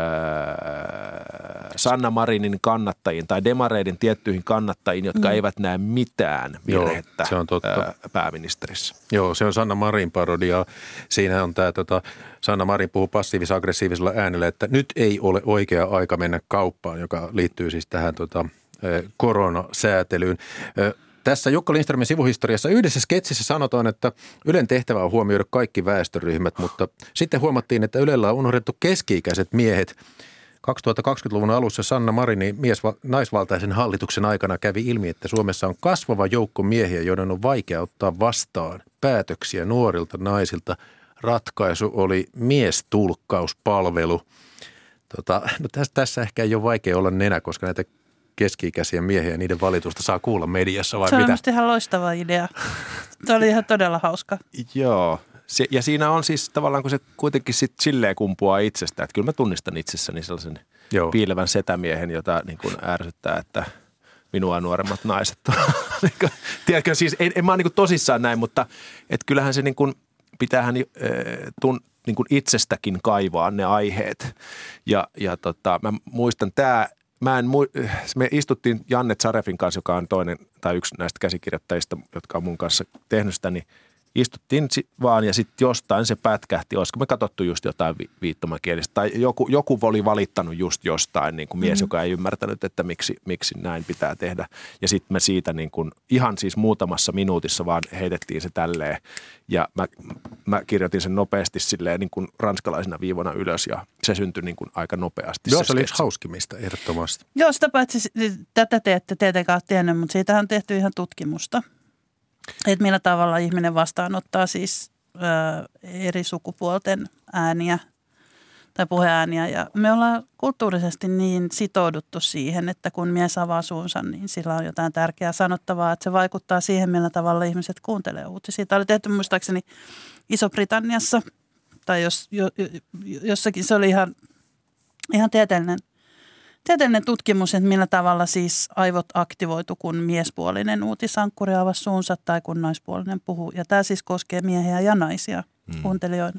[SPEAKER 3] Sanna Marinin kannattajiin tai demareiden tiettyihin kannattajiin, jotka mm. eivät näe mitään virhettä Joo, öö, pääministerissä.
[SPEAKER 2] Joo, se on Sanna Marin parodia. Siinä on tämä, tota, Sanna Marin puhuu passiivis-aggressiivisella äänellä, että nyt ei ole oikea aika mennä kauppaan, joka liittyy siis tähän tota, koronasäätelyyn. Tässä Jukka Lindströmin sivuhistoriassa yhdessä sketsissä sanotaan, että Ylen tehtävä on huomioida kaikki väestöryhmät, mutta sitten huomattiin, että Ylellä on unohdettu keski-ikäiset miehet. kaksituhattakaksikymmentäluvun alussa Sanna Marinin mies, naisvaltaisen hallituksen aikana kävi ilmi, että Suomessa on kasvava joukko miehiä, joiden on vaikea ottaa vastaan päätöksiä nuorilta naisilta. Ratkaisu oli miestulkkauspalvelu. Tota, no tässä, tässä ehkä ei ole vaikea olla nenä, koska näitä keski-ikäisiä miehiä ja niiden valitusta saa kuulla mediassa vai
[SPEAKER 1] se
[SPEAKER 2] mitä?
[SPEAKER 1] Se on ihan loistava idea. Se oli ihan todella hauska.
[SPEAKER 3] Joo. Se, ja siinä on siis tavallaan, kun se kuitenkin sit silleen kumpuaa itsestä, että kyllä mä tunnistan itsessäni sellaisen Joo. piilevän setämiehen, jota niin kuin ärsyttää, että minua nuoremmat naiset on. Tiedätkö, siis en, en mä ole niin kuin tosissaan näin, mutta että kyllähän se niin kuin pitäähän äh, tun, niin kuin itsestäkin kaivaa ne aiheet. Ja, ja tota, mä muistan tämä, Mä en mu- me istuttiin Janne Zarefin kanssa, joka on toinen tai yksi näistä käsikirjoittajista, jotka on mun kanssa tehnyt sitä, niin Istuttiin vaan ja sitten jostain se pätkähti. Olisiko me katsottu just jotain vi- viittomakielistä tai joku, joku oli valittanut just jostain niin kuin mies, mm-hmm. joka ei ymmärtänyt, että miksi, miksi näin pitää tehdä. Ja sitten me siitä niin kuin, ihan siis muutamassa minuutissa vaan heitettiin se tälleen ja mä, mä kirjoitin sen nopeasti silleen niin kuin ranskalaisena viivona ylös ja se syntyi niin kuin aika nopeasti.
[SPEAKER 2] Joo, se oli yksi hauskimmista ehdottomasti.
[SPEAKER 1] Joo, sitä paitsi tätä te ette tietenkään ole tiennyt, mutta siitä on tehty ihan tutkimusta. Että millä tavalla ihminen vastaanottaa siis ö, eri sukupuolten ääniä tai puheääniä. Ja me ollaan kulttuurisesti niin sitouduttu siihen, että kun mies avaa suunsa, niin sillä on jotain tärkeää sanottavaa. Että se vaikuttaa siihen, millä tavalla ihmiset kuuntelee uutisia. Tämä oli tehty muistaakseni Iso-Britanniassa tai jos, jo, jossakin se oli ihan, ihan tieteellinen. Tieteellinen tutkimus, että millä tavalla siis aivot aktivoitu, kun miespuolinen uutisankkuri avasi suunsa tai kun naispuolinen puhuu. Ja tämä siis koskee miehiä ja naisia mm. kuuntelijoina.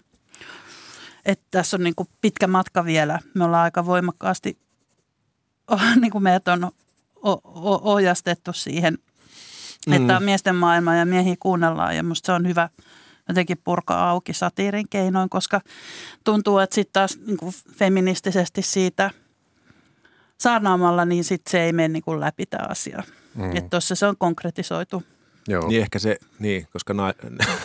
[SPEAKER 1] Että tässä on niin kuin pitkä matka vielä. Me ollaan aika voimakkaasti, niin kuin meidät on ohjastettu siihen, mm. että on miesten maailma ja miehiä kuunnellaan. Ja musta se on hyvä jotenkin purkaa auki satiirin keinoin, koska tuntuu, että sitten taas niin kuin feministisesti siitä saarnaamalla, niin sitten se ei mene niin kuin läpi tämä asia. Mm. Että tuossa se on konkretisoitu.
[SPEAKER 3] Joo. Niin ehkä se, niin, koska na,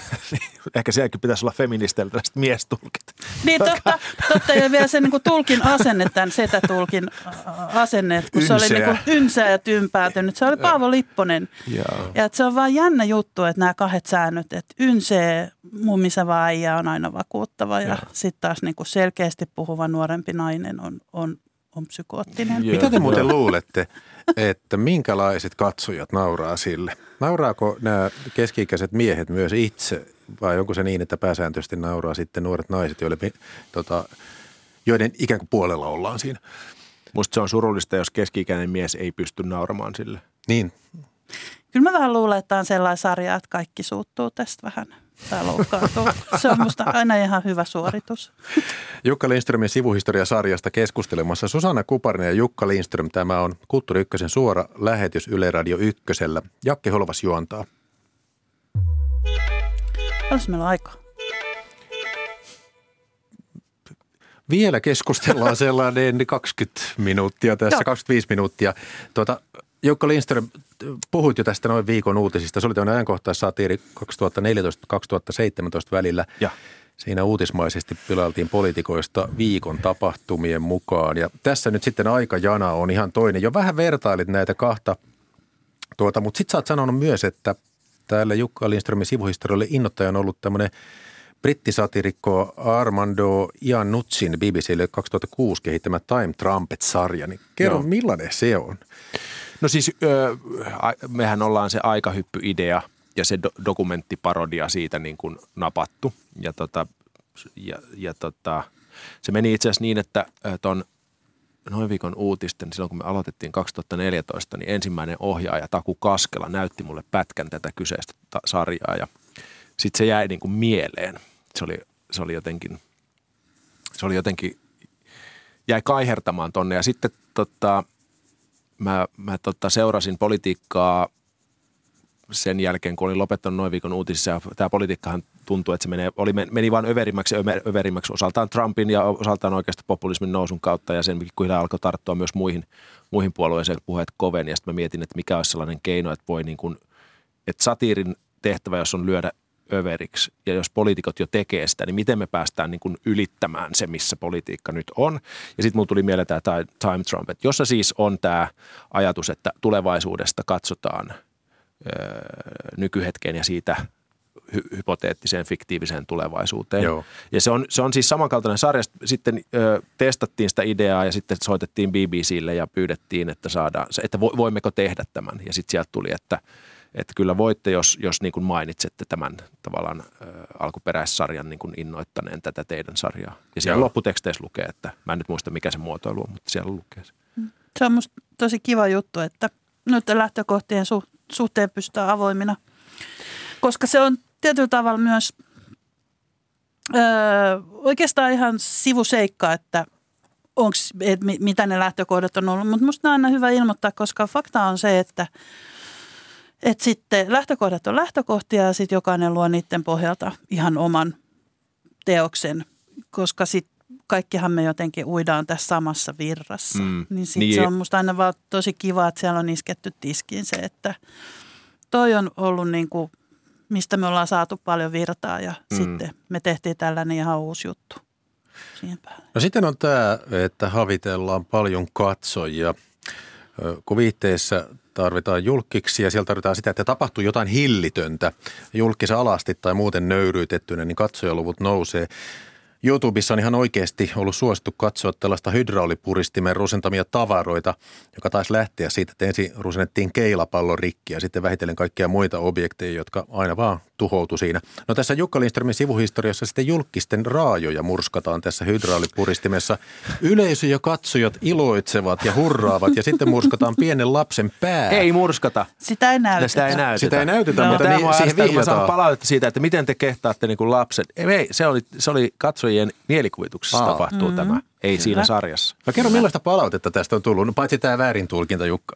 [SPEAKER 3] ehkä sielläkin pitäisi olla feministeillä tällaiset miestulkit.
[SPEAKER 1] Niin totta, totta ja vielä se niin kuin tulkin asenne, tämän setätulkin asenne, kun ynseä. Se oli niin kuin ynsää ja tympäätynyt. Se oli Paavo Lipponen. Joo. Ja että se on vaan jännä juttu, että nämä kahdet säännöt, että ynsee mummiseva äijä on aina vakuuttava ja sitten taas niin kuin selkeästi puhuva nuorempi nainen on, on on psykoottinen.
[SPEAKER 2] Joo. Mitä te muuten luulette, että minkälaiset katsojat nauraa sille? Nauraako nämä keski-ikäiset miehet myös itse vai onko se niin, että pääsääntöisesti nauraa sitten nuoret naiset, joille, tota, joiden ikään kuin puolella ollaan siinä?
[SPEAKER 3] Musta se on surullista, jos keski-ikäinen mies ei pysty nauramaan sille.
[SPEAKER 2] Niin.
[SPEAKER 1] Kyllä mä vähän luulen, että on sellainen sarja, että kaikki suuttuu tästä vähän. Tai loukkaantuu. Se on musta aina ihan hyvä suoritus.
[SPEAKER 2] Jukka Lindströmin sivuhistoria-sarjasta keskustelemassa Susanna Kuparinen ja Jukka Lindström. Tämä on Kulttuuri Ykkösen suora lähetys Yle Radio Ykkösellä. Jakke Holvas juontaa.
[SPEAKER 1] Olisi meillä aikaa?
[SPEAKER 2] Vielä keskustellaan sellainen kaksikymmentä minuuttia tässä, kaksikymmentäviisi minuuttia. Tuota, Jukka Lindström, puhuit jo tästä noin viikon uutisista. Se oli tämmöinen ajankohtaissatiiri kaksituhattaneljätoista kaksituhattaseitsemäntoista välillä. Ja. Siinä uutismaisesti pilailtiin poliitikoista viikon tapahtumien mukaan. Ja tässä nyt sitten aikajana on ihan toinen. Jo vähän vertailit näitä kahta, tuota, mutta sitten sä oot sanonut myös, että täällä Jukka Lindströmin sivuhistorialle innoittaja on ollut tämmöinen brittisatirikko Armando Iannuzin B B C:lle kaksituhattakuusi kehittämä Time Trumpet-sarja. Niin kerro, no. Millainen se on?
[SPEAKER 3] No siis öö, mehän ollaan se aikahyppy-idea ja se do- dokumenttiparodia siitä niin kuin napattu. Ja, tota, ja, ja tota, se meni itse asiassa niin, että ton noin viikon uutisten, silloin kun me aloitettiin kaksituhattaneljätoista, niin ensimmäinen ohjaaja Taku Kaskela näytti mulle pätkän tätä kyseistä ta- sarjaa ja sitten se jäi niin kuin mieleen. Se oli, se oli jotenkin, se oli jotenkin, jäi kaihertamaan tonne ja sitten tota, mä, mä tota, seurasin politiikkaa sen jälkeen, kun olin lopettanut noin viikon uutisissa ja tämä politiikkahan tuntui, että se menee, oli, meni vain överimmäksi ja överimmäksi osaltaan Trumpin ja osaltaan oikeasta populismin nousun kautta ja sen pikkuhiljaa alkoi tarttua myös muihin, muihin puolueisiin puheet koveni ja sitten mä mietin, että mikä olisi sellainen keino, että voi niin kuin, että satiirin tehtävä, jos on lyödä överiksi ja jos poliitikot jo tekee sitä, niin miten me päästään niin kuin ylittämään se, missä politiikka nyt on. Ja sitten mulla tuli mieleen tämä Time Trumpet, jossa siis on tämä ajatus, että tulevaisuudesta katsotaan öö, nykyhetkeen ja siitä hy- hypoteettiseen, fiktiiviseen tulevaisuuteen. Joo. Ja se on, se on siis samankaltainen sarja. Sitten ö, testattiin sitä ideaa ja sitten soitettiin B B C:lle ja pyydettiin, että saadaan, että voimmeko tehdä tämän. Ja sitten sieltä tuli, että Että kyllä voitte, jos, jos niin kuin mainitsette tämän tavallaan ä, alkuperäissarjan niin kuin innoittaneen tätä teidän sarjaa. Ja siellä Joo. lopputeksteissä lukee, että mä en nyt muista mikä se muotoilu on, mutta siellä lukee se.
[SPEAKER 1] Se on musta tosi kiva juttu, että nyt lähtökohtien su- suhteen pystytään avoimina, koska se on tietyllä tavalla myös öö, oikeastaan ihan sivuseikka, että onks, et, mitä ne lähtökohdat on ollut. Mutta musta on aina hyvä ilmoittaa, koska fakta on se, että Et sitten lähtökohdat on lähtökohtia ja sitten jokainen luo niiden pohjalta ihan oman teoksen, koska sitten kaikkihan me jotenkin uidaan tässä samassa virrassa. Mm, niin sitten niin. Se on musta aina vaan tosi kiva, että siellä on isketty tiskiin se, että toi on ollut niin kuin, mistä me ollaan saatu paljon virtaa ja mm. sitten me tehtiin tällainen ihan uusi juttu siihen päälle.
[SPEAKER 2] No sitten on tämä, että havitellaan paljon katsojia, kun viihteessä tarvitaan julkkiksi ja siellä tarvitaan sitä, että tapahtuu jotain hillitöntä julkissa alasti tai muuten nöyryytettynä, niin katsojaluvut nousee. YouTubessa on ihan oikeasti ollut suosittu katsoa tällaista hydraulipuristimen rusentamia tavaroita, joka taisi lähteä siitä, että ensin rusennettiin keilapallon rikki ja sitten vähitellen kaikkia muita objekteja, jotka aina vaan tuhoutui siinä. No tässä Jukka Lindströmin sivuhistoriassa sitten julkisten raajoja murskataan tässä hydraulipuristimessa. Yleisö ja katsojat iloitsevat ja hurraavat ja sitten murskataan pienen lapsen pää.
[SPEAKER 3] Ei murskata.
[SPEAKER 1] Sitä ei näytetä.
[SPEAKER 3] Sitä ei näytetä.
[SPEAKER 2] Sitä ei näytetä, no.
[SPEAKER 3] Mutta
[SPEAKER 2] niin, siihen vihjataan. Mä saan
[SPEAKER 3] palautetta siitä, että miten te kehtaatte niin kuin lapset. Ei, se oli, se oli katsojien mielikuvituksessa Aa. tapahtuu mm. tämä. Ei Kyllä. siinä sarjassa.
[SPEAKER 2] No kerro, millaista palautetta tästä on tullut? No paitsi tämä väärintulkinta, Jukka.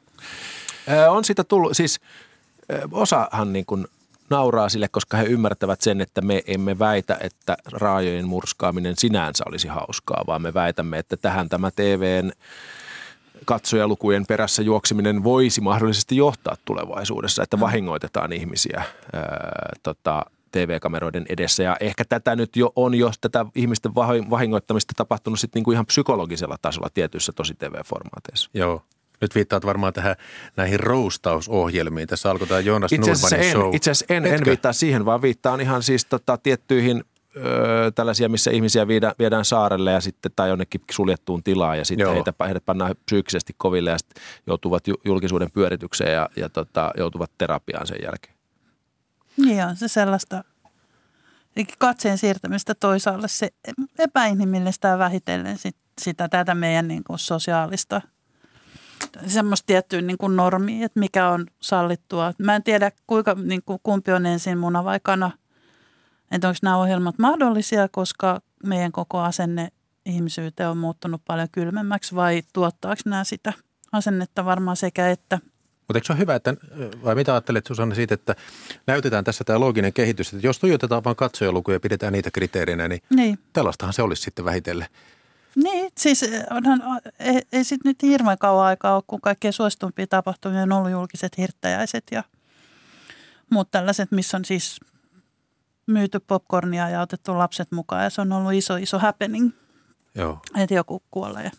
[SPEAKER 3] Ö, on sitä tullut, siis ö, osahan niin kuin nauraa sille, koska he ymmärtävät sen, että me emme väitä, että raajojen murskaaminen sinänsä olisi hauskaa, vaan me väitämme, että tähän tämä T V:n katsojalukujen perässä juoksiminen voisi mahdollisesti johtaa tulevaisuudessa, että vahingoitetaan ihmisiä ö, tota, T V-kameroiden edessä. Ja ehkä tätä nyt jo on jo tätä ihmisten vahingoittamista tapahtunut sitten niinku ihan psykologisella tasolla tietyissä tosi T V-formaateissa.
[SPEAKER 2] Joo. Nyt viittaat varmaan tähän näihin roustausohjelmiin. Tässä alkoi tämä Jonas Nordmanin show.
[SPEAKER 3] Itse asiassa en, en viittaa siihen, vaan viittaan ihan siis tota, tiettyihin ö, tällaisia, missä ihmisiä viedään, viedään saarelle ja sitten tai jonnekin suljettuun tilaan ja sitten heitä, heidät pannaan psyykkisesti koville ja sitten joutuvat julkisuuden pyöritykseen ja, ja tota, joutuvat terapiaan sen jälkeen.
[SPEAKER 1] Niin on se sellaista katseen siirtämistä toisaalle, se epäinhimillistä ja vähitellen sit, sitä tätä meidän niin kuin sosiaalista semmoista tiettyä niin kuin normia, että mikä on sallittua. Mä en tiedä, kuinka, niin kuin, kumpi on ensin muna vai kana, että onko nämä ohjelmat mahdollisia, koska meidän koko asenne ihmisyyteen on muuttunut paljon kylmemmäksi vai tuottaako nämä sitä asennetta varmaan sekä että.
[SPEAKER 2] Mutta eikö se ole hyvä, että, vai mitä ajattelet Susanne siitä, että näytetään tässä tämä looginen kehitys, että jos tuijotetaan vain katsojalukuja ja pidetään niitä kriteerinä, niin, niin. tällaistahan se olisi sitten vähitellen.
[SPEAKER 1] Niin, siis onhan, ei, ei sitten nyt hirveän kauan aikaa ole, kun kaikkein suositumpia tapahtumia on ollut julkiset hirttäjäiset ja muut tällaiset, missä on siis myyty popcornia ja otettu lapset mukaan ja se on ollut iso, iso happening,
[SPEAKER 2] Joo.
[SPEAKER 1] että joku kuolee.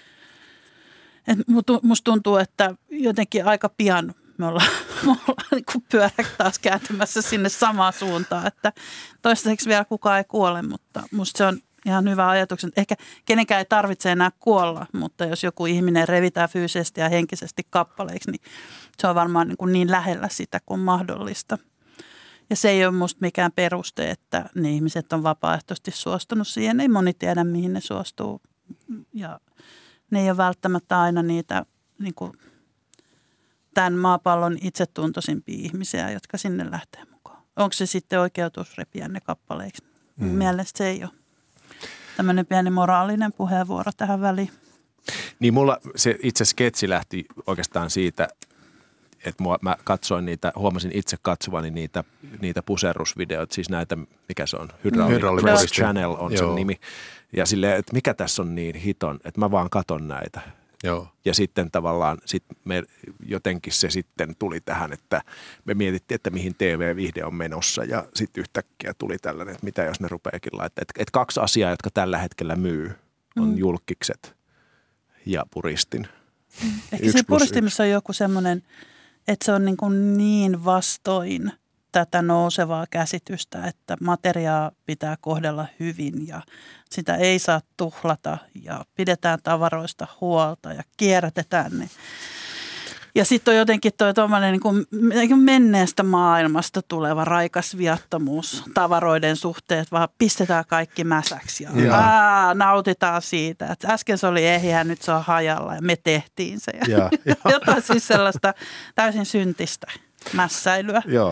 [SPEAKER 1] Et musta tuntuu, että jotenkin aika pian me ollaan, me ollaan niin pyörät taas kääntymässä sinne samaan suuntaan, että toistaiseksi vielä kukaan ei kuole, mutta musta se on ihan hyvä ajatus. Ehkä kenenkään ei tarvitse enää kuolla, mutta jos joku ihminen revitään fyysisesti ja henkisesti kappaleiksi, niin se on varmaan niin, kuin niin lähellä sitä kuin mahdollista. Ja se ei ole musta mikään peruste, että ne ihmiset on vapaaehtoisesti suostunut siihen. Ei moni tiedä, mihin ne suostuu ja ne ei ole välttämättä aina niitä niin kuin, tämän maapallon itsetuntoisimpia ihmisiä, jotka sinne lähtee mukaan. Onko se sitten oikeutus repiä ne kappaleiksi? Mm. Mielestäni se ei ole. Tämmöinen pieni moraalinen puheenvuoro tähän väliin.
[SPEAKER 3] Niin mulla se itse sketsi lähti oikeastaan siitä, että mua, mä katsoin niitä, huomasin itse katsovani niitä, niitä puserrusvideoita, siis näitä, mikä se on, Hydraulic Press Channel on Joo. sen nimi. Ja silleen, että mikä tässä on niin hiton, että mä vaan katon näitä.
[SPEAKER 2] Joo.
[SPEAKER 3] Ja sitten tavallaan sit me, jotenkin se sitten tuli tähän, että me mietittiin, että mihin T V-vihde on menossa. Ja sitten yhtäkkiä tuli tällainen, että mitä jos ne rupeakin laittaa. Että, että kaksi asiaa, jotka tällä hetkellä myy, on mm. julkkikset ja puristin.
[SPEAKER 1] Mm. Ehkä se puristimissa on joku semmoinen, että se on niin, kuin niin vastoin tätä nousevaa käsitystä, että materiaa pitää kohdella hyvin ja sitä ei saa tuhlata ja pidetään tavaroista huolta ja kierrätetään ne. Ja sitten on jotenkin tuo tuommoinen niin kuin menneestä maailmasta tuleva raikas viattomuus tavaroiden suhteet, vaan pistetään kaikki mäsäksi ja aa, nautitaan siitä. Et äsken se oli ehjä, nyt se on hajalla ja me tehtiin se. Ja, ja. Jotain siis sellaista täysin syntistä mässäilyä.
[SPEAKER 2] Joo.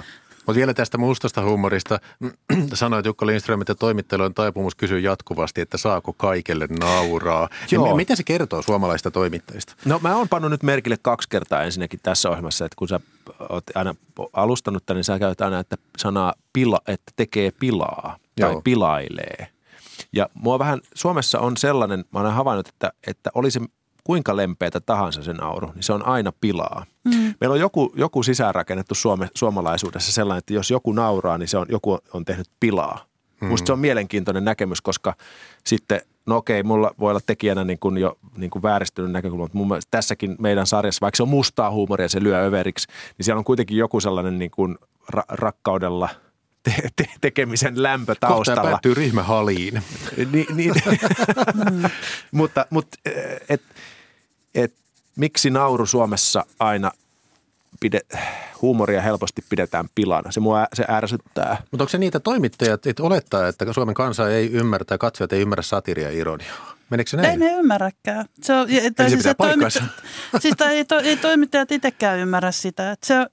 [SPEAKER 2] Mutta vielä tästä mustasta huumorista. Sanoit Jukka Lindström, että toimittajilla on taipumus kysyä jatkuvasti, että saako kaikelle nauraa. Joo. Mitä se kertoo suomalaista toimittajista?
[SPEAKER 3] No mä oon pannut nyt merkille kaksi kertaa ensinnäkin tässä ohjelmassa, että kun sä oot aina alustanut tämän, niin sä käytät aina, että sanaa pila, että tekee pilaa tai Joo. pilailee. Ja mua vähän, Suomessa on sellainen, mä olen havainnut, että, että olisi kuinka lempeätä tahansa se nauru, niin se on aina pilaa. Mm. Meillä on joku, joku sisäänrakennettu suome, suomalaisuudessa sellainen, että jos joku nauraa, niin se on, joku on tehnyt pilaa. Mm. Musta se on mielenkiintoinen näkemys, koska sitten, no okei, mulla voi olla tekijänä niin kuin jo niin kuin vääristynyt näkökulma, mutta mun mielestä tässäkin meidän sarjassa, vaikka se on mustaa huumoria, se lyö överiksi, niin siellä on kuitenkin joku sellainen niin kuin ra- rakkaudella te- te- tekemisen lämpö taustalla.
[SPEAKER 2] Kohta päättyy rihmehaliin.
[SPEAKER 3] Ni, niin. mm. mutta mutta et, et, miksi nauru Suomessa aina pide, huumoria helposti pidetään pilana? Se mua se ärsyttää.
[SPEAKER 2] Mutta onko se niitä toimittajat, että olettaa, että Suomen kansa ei ymmärrä, katsojat ei ymmärrä satiria ja ironiaa? Meneekö se näin?
[SPEAKER 1] Ei ne ymmärräkään. Se on, tai siis se toimittajat, siis ei, to, ei toimittajat itsekään ymmärrä sitä. Että se,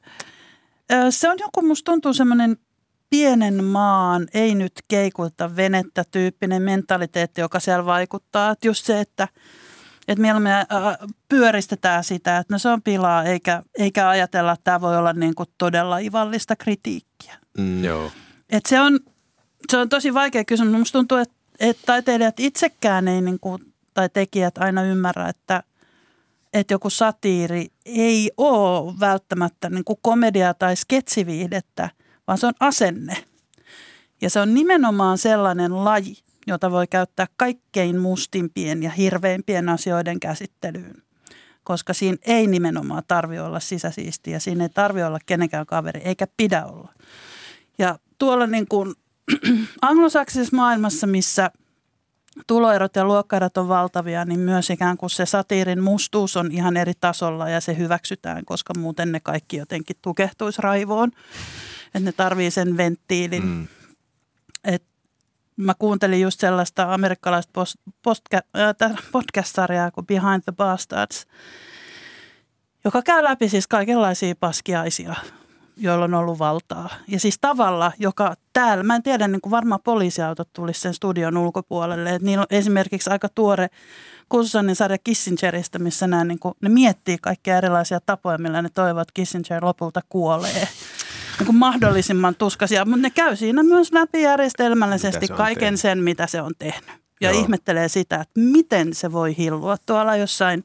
[SPEAKER 1] se on joku, musta tuntuu semmoinen pienen maan, ei nyt keikulta venettä tyyppinen mentaliteetti, joka siellä vaikuttaa. Että just se, että Että mieluummin pyöristetään sitä, että no se on pilaa, eikä, eikä ajatella, että tämä voi olla niin kuin todella ivallista kritiikkiä.
[SPEAKER 2] Mm, joo.
[SPEAKER 1] Et se, on, se on tosi vaikea kysymys. Minusta tuntuu, että, että taiteilijat itsekään ei, niin kuin, tai tekijät aina ymmärrä, että, että joku satiiri ei ole välttämättä niin kuin komedia- tai sketsiviihdettä, vaan se on asenne. Ja se on nimenomaan sellainen laji, jota voi käyttää kaikkein mustimpien ja hirveimpien asioiden käsittelyyn. Koska siinä ei nimenomaan tarvitse olla sisäsiistiä, siinä ei tarvitse olla kenenkään kaveri, eikä pidä olla. Ja tuolla niin kuin anglosaksisessa maailmassa, missä tuloerot ja luokkaerot on valtavia, niin myös ikään kuin se satiirin mustuus on ihan eri tasolla ja se hyväksytään, koska muuten ne kaikki jotenkin tukehtuisi raivoon. Että ne tarvii sen venttiilin. Mm. Että mä kuuntelin just sellaista amerikkalaista post, postka, äh, podcast-sarjaa kuin Behind the Bastards, joka käy läpi siis kaikenlaisia paskiaisia, joilla on ollut valtaa. Ja siis tavalla, joka täällä, mä en tiedä, niin kuin varmaan poliisiautot tulisi sen studion ulkopuolelle. Että niillä on esimerkiksi aika tuore Kuususanin sarja Kissingeristä, missä nämä, niin kuin, ne miettii kaikkia erilaisia tapoja, millä ne toivovat, että Kissinger lopulta kuolee. Niin kuin mahdollisimman tuskaisia, mutta ne käy siinä myös läpi järjestelmällisesti kaiken tehnyt. Sen, mitä se on tehnyt. Ja Joo. ihmettelee sitä, että miten se voi hillua tuolla jossain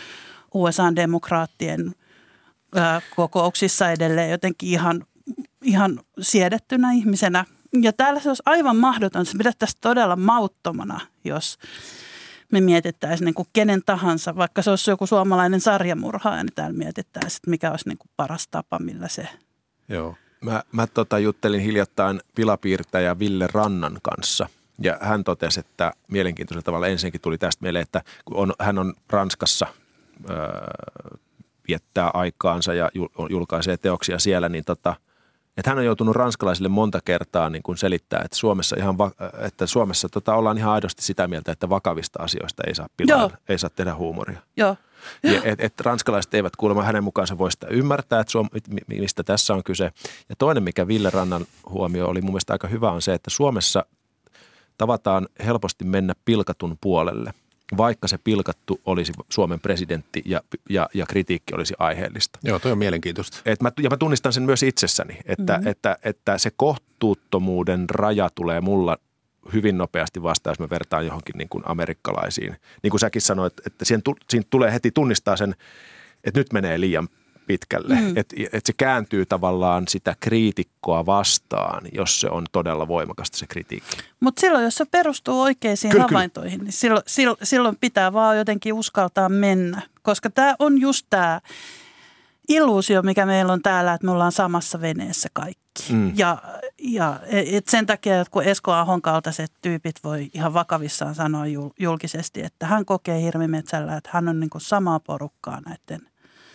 [SPEAKER 1] U S A-demokraattien ää, kokouksissa edelleen jotenkin ihan, ihan siedettynä ihmisenä. Ja täällä se olisi aivan mahdoton. Se pidettäisiin todella mauttomana, jos me mietittäisiin niin kuin kenen tahansa, vaikka se olisi joku suomalainen sarjamurhaaja, niin täällä mietittäisiin, että mikä olisi niin kuin paras tapa, millä se...
[SPEAKER 2] Joo.
[SPEAKER 3] Mä, mä tota, juttelin hiljattain pilapiirtäjä Ville Rannan kanssa ja hän totesi, että mielenkiintoisella tavalla ensinnäkin tuli tästä meille, että kun on, hän on Ranskassa, öö, viettää aikaansa ja julkaisee teoksia siellä, niin tota, että hän on joutunut ranskalaisille monta kertaa niin kuin selittää, että Suomessa, ihan va- että Suomessa tota, ollaan ihan aidosti sitä mieltä, että vakavista asioista ei saa pilailla, ei saa tehdä huumoria.
[SPEAKER 1] Joo.
[SPEAKER 3] Että et ranskalaiset eivät kuulemma hänen mukaansa voi sitä ymmärtää, että Suom- mistä tässä on kyse. Ja toinen, mikä Ville Rannan huomio oli mun mielestä aika hyvä, on se, että Suomessa tavataan helposti mennä pilkatun puolelle, vaikka se pilkattu olisi Suomen presidentti ja, ja, ja kritiikki olisi aiheellista.
[SPEAKER 2] Joo, toi on mielenkiintoista.
[SPEAKER 3] Et mä, ja mä tunnistan sen myös itsessäni, että, mm-hmm. että, että se kohtuuttomuuden raja tulee mulla hyvin nopeasti vastaan, jos mä vertaan johonkin niin kuin amerikkalaisiin. Niin kuin säkin sanoit, että siinä, siinä tulee heti tunnistaa sen, että nyt menee liian pitkälle. Mm. Että et se kääntyy tavallaan sitä kriitikkoa vastaan, jos se on todella voimakasta se kritiikki.
[SPEAKER 1] Mutta silloin, jos se perustuu oikeisiin kyllä, havaintoihin, kyllä. niin silloin, silloin, silloin pitää vaan jotenkin uskaltaa mennä. Koska tämä on just tämä illuusio, mikä meillä on täällä, että me ollaan samassa veneessä kaikki. Mm. Ja, ja et sen takia, että kun Esko Ahon kaltaiset tyypit voi ihan vakavissaan sanoa julkisesti, että hän kokee Hirvimetsällä, että hän on niin kuin samaa porukkaa näiden,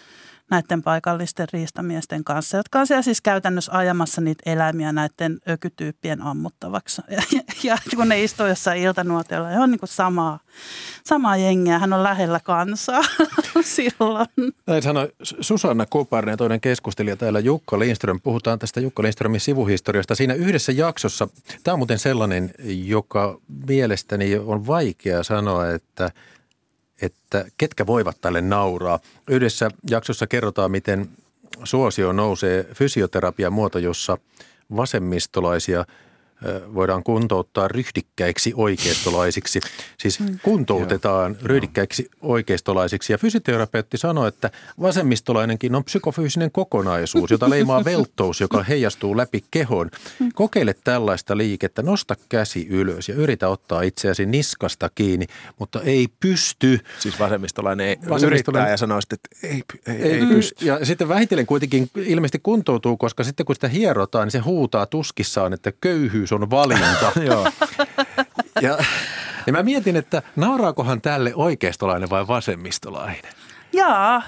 [SPEAKER 1] näiden paikallisten riistamiesten kanssa, jotka on siellä siis käytännössä ajamassa niitä eläimiä näiden ökytyyppien ammuttavaksi. Ja, ja, ja kun ne istuu jossain iltanuotiolla, he on niin kuin samaa, samaa jengiä, hän on lähellä kansaa silloin.
[SPEAKER 2] Näin sanoi Susanna Kuparinen, toinen keskustelija täällä Jukka Lindström. Puhutaan tästä Jukka Lindströmin sivuhistoriasta. Siinä yhdessä jaksossa, tämä on muuten sellainen, joka mielestäni on vaikea sanoa, että että ketkä voivat tälle nauraa. Yhdessä jaksossa kerrotaan, miten suosio nousee fysioterapian muoto, jossa vasemmistolaisia voidaan kuntouttaa ryhdikkäiksi oikeistolaisiksi. Siis kuntoutetaan ryhdikkäiksi oikeistolaisiksi. Ja fysioterapeutti sanoi, että vasemmistolainenkin on psykofyysinen kokonaisuus, jota leimaa velttous, joka heijastuu läpi kehon. Kokeile tällaista liikettä, nosta käsi ylös ja yritä ottaa itseäsi niskasta kiinni, mutta ei pysty.
[SPEAKER 3] Siis vasemmistolainen ei vasemmistolainen. Yrittää ja sanoo sitten, että ei, ei, ei, ei pysty.
[SPEAKER 2] Ja sitten vähitellen kuitenkin ilmeisesti kuntoutuu, koska sitten kun sitä hierotaan, niin se huutaa tuskissaan, että köyhyys on valinta.
[SPEAKER 3] Joo.
[SPEAKER 2] Ja, ja mä mietin, että nauraakohan tälle oikeistolainen vai vasemmistolainen?
[SPEAKER 1] Jaa.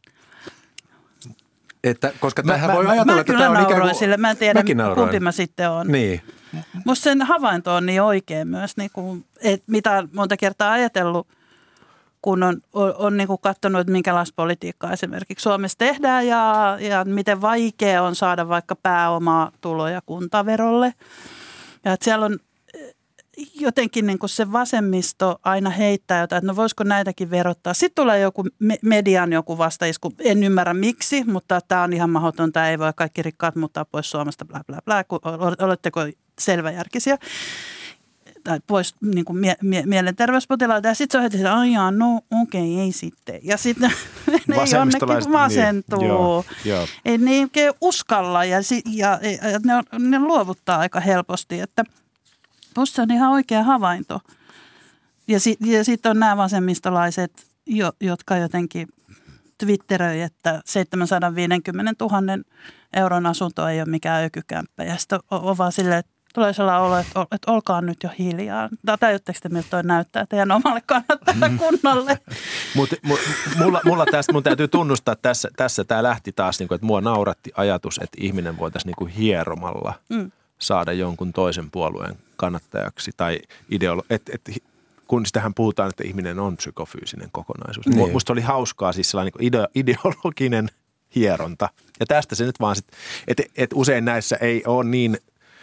[SPEAKER 2] Että, koska
[SPEAKER 1] mä,
[SPEAKER 2] tämähän
[SPEAKER 1] mä,
[SPEAKER 2] voi
[SPEAKER 1] mä,
[SPEAKER 2] ajatella,
[SPEAKER 1] mä
[SPEAKER 2] että
[SPEAKER 1] kyllä
[SPEAKER 2] tämä on ikään kuin...
[SPEAKER 1] sille. Mä en tiedä, kumpi mä sitten on.
[SPEAKER 2] Niin.
[SPEAKER 1] Musta sen havainto on niin oikein myös, niin kuin, että mitä on monta kertaa ajatellut, kun on, on, on niin kuin katsonut, että minkälaista politiikkaa esimerkiksi Suomessa tehdään ja, ja miten vaikea on saada vaikka pääomaa tuloja kuntaverolle. Ja että siellä on jotenkin niin kuin se vasemmisto aina heittää jotain, että no voisiko näitäkin verottaa. Sitten tulee joku median joku vastaisku, en ymmärrä miksi, mutta tämä on ihan mahdotonta, ei voi kaikki rikkaat muuttaa pois Suomesta, bla bla bla, oletteko selväjärkisiä. Tai pois niin kuin mie- mie- mielenterveyspotilaita. Ja sitten se on heti, että aijaa, no okei, okay, ei sitten. Ja sitten ne jonnekin masentuu. Niin, joo, joo. Ei ne ei uskalla ja, ja, ja ne, on, ne luovuttaa aika helposti. Että musta se on ihan oikea havainto. Ja, si, ja sitten on nämä vasemmistolaiset, jo, jotka jotenkin twitteröi, että seitsemänsataaviisikymmentätuhatta euron asunto ei ole mikään ökykämppä. Ja sitten on, on vaan silleen, että tulee sellainen olo, että, että olkaa nyt jo hiljaa. Tajutteko te, miltä toi näyttää teidän omalle kannattajalle kunnalle?
[SPEAKER 3] Mutta mulla, mulla tästä, mun täytyy tunnustaa, että tässä, tässä tämä lähti taas, niin kuin, että mua nauratti ajatus, että ihminen voitaisiin niin kuin hieromalla mm. saada jonkun toisen puolueen kannattajaksi. Tai ideolo- et, et, kun sitähän puhutaan, että ihminen on psykofyysinen kokonaisuus. Niin. Musta oli hauskaa siis sellainen niin kuin ideologinen hieronta. Ja tästä se nyt vaan sitten, että et usein näissä ei ole niin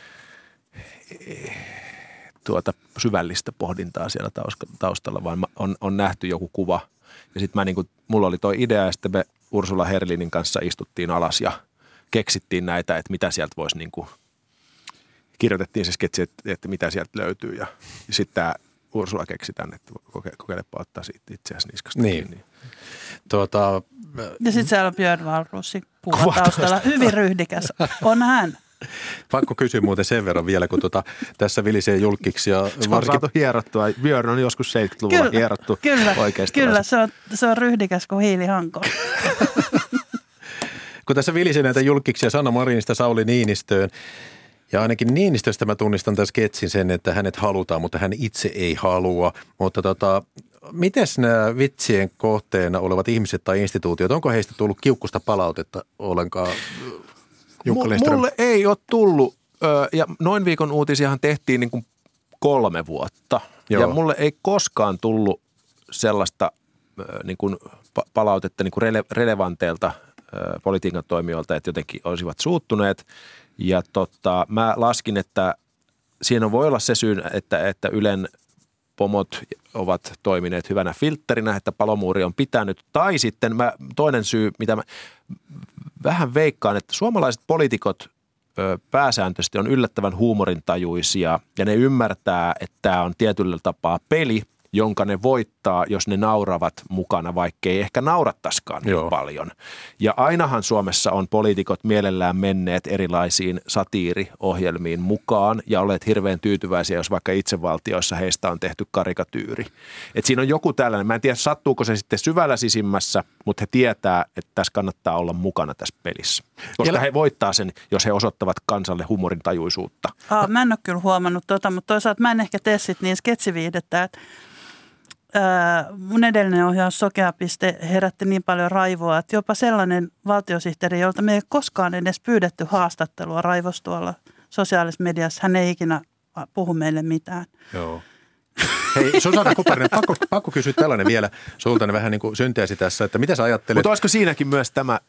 [SPEAKER 3] tuota syvällistä pohdintaa siellä taustalla, vaan on, on nähty joku kuva. Ja sitten mä niin kuin, mulla oli toi idea ja sitten me Ursula Herlinin kanssa istuttiin alas ja keksittiin näitä, että mitä sieltä voisi niin kuin, kirjoitettiin se sketsi, että, että mitä sieltä löytyy ja, ja sitten tämä Ursula keksi tänne, että koke, kokeilepa ottaa siitä itseäsi niskasta.
[SPEAKER 2] Niin. Niin. Tuota,
[SPEAKER 1] ja sitten siellä on Björn Wahlroosin kuva taustalla. Hyvin ryhdikäs on hän.
[SPEAKER 2] Pakko kysyä muuten sen verran vielä, kun tuota, tässä vilisee julkiksi. Ja
[SPEAKER 3] se on varsinkin saatu hierottua. Björn on joskus seitsemänkymmentäluvulla kyllä, hierottu
[SPEAKER 1] kyllä,
[SPEAKER 3] oikeasti.
[SPEAKER 1] Kyllä, se on, se on ryhdikäs kuin hiilihanko.
[SPEAKER 2] Kun tässä vilisee näitä julkiksi Sanna Marinista Sauli Niinistöön, ja ainakin Niinistöstä mä tunnistan tämän sketsin sen, että hänet halutaan, mutta hän itse ei halua. Mutta tota, mites nämä vitsien kohteena olevat ihmiset tai instituutiot, onko heistä tullut kiukkusta palautetta ollenkaan?
[SPEAKER 3] Mulle ei ole tullut, ja noin viikon uutisiahan tehtiin niin kuin kolme vuotta. Joo. Ja mulle ei koskaan tullut sellaista niin kuin palautetta niin kuin rele- relevanteilta politiikan toimijoilta, että jotenkin olisivat suuttuneet. Ja tota, mä laskin, että siinä voi olla se syy, että, että Ylen pomot ovat toimineet hyvänä filtterinä, että palomuuri on pitänyt. Tai sitten mä, toinen syy, mitä mä vähän veikkaan, että suomalaiset poliitikot ö, pääsääntöisesti on yllättävän huumorintajuisia ja ne ymmärtää, että tämä on tietyllä tapaa peli, jonka ne voittaa, jos ne nauravat mukana, vaikkei ehkä naurattaisikaan niin Joo. paljon. Ja ainahan Suomessa on poliitikot mielellään menneet erilaisiin satiiriohjelmiin mukaan ja olet hirveän tyytyväisiä, jos vaikka itsevaltioissa heistä on tehty karikatyyri. Et siinä on joku tällainen, mä en tiedä sattuuko se sitten syvällä sisimmässä, mutta he tietää, että tässä kannattaa olla mukana tässä pelissä. Koska ja he voittaa sen, jos he osoittavat kansalle huumorintajuisuutta.
[SPEAKER 1] Aa, mä en ole kyllä huomannut tota, mutta toisaalta mä en ehkä tee sit niin sketsiviihdettä, että ää, mun edellinen ohjaus Sokea.piste herätti niin paljon raivoa, että jopa sellainen valtiosihteeri, jolta me ei koskaan edes pyydetty haastattelua raivos tuolla sosiaalisessa mediassa, hän ei ikinä puhu meille mitään.
[SPEAKER 2] Joo. Hei, Susanna Kuparinen, pakko, pakko kysyä tällainen vielä sulta vähän niin kuin synteesi tässä, että mitä sä ajattelet?
[SPEAKER 3] Mutta olisiko siinäkin myös tämä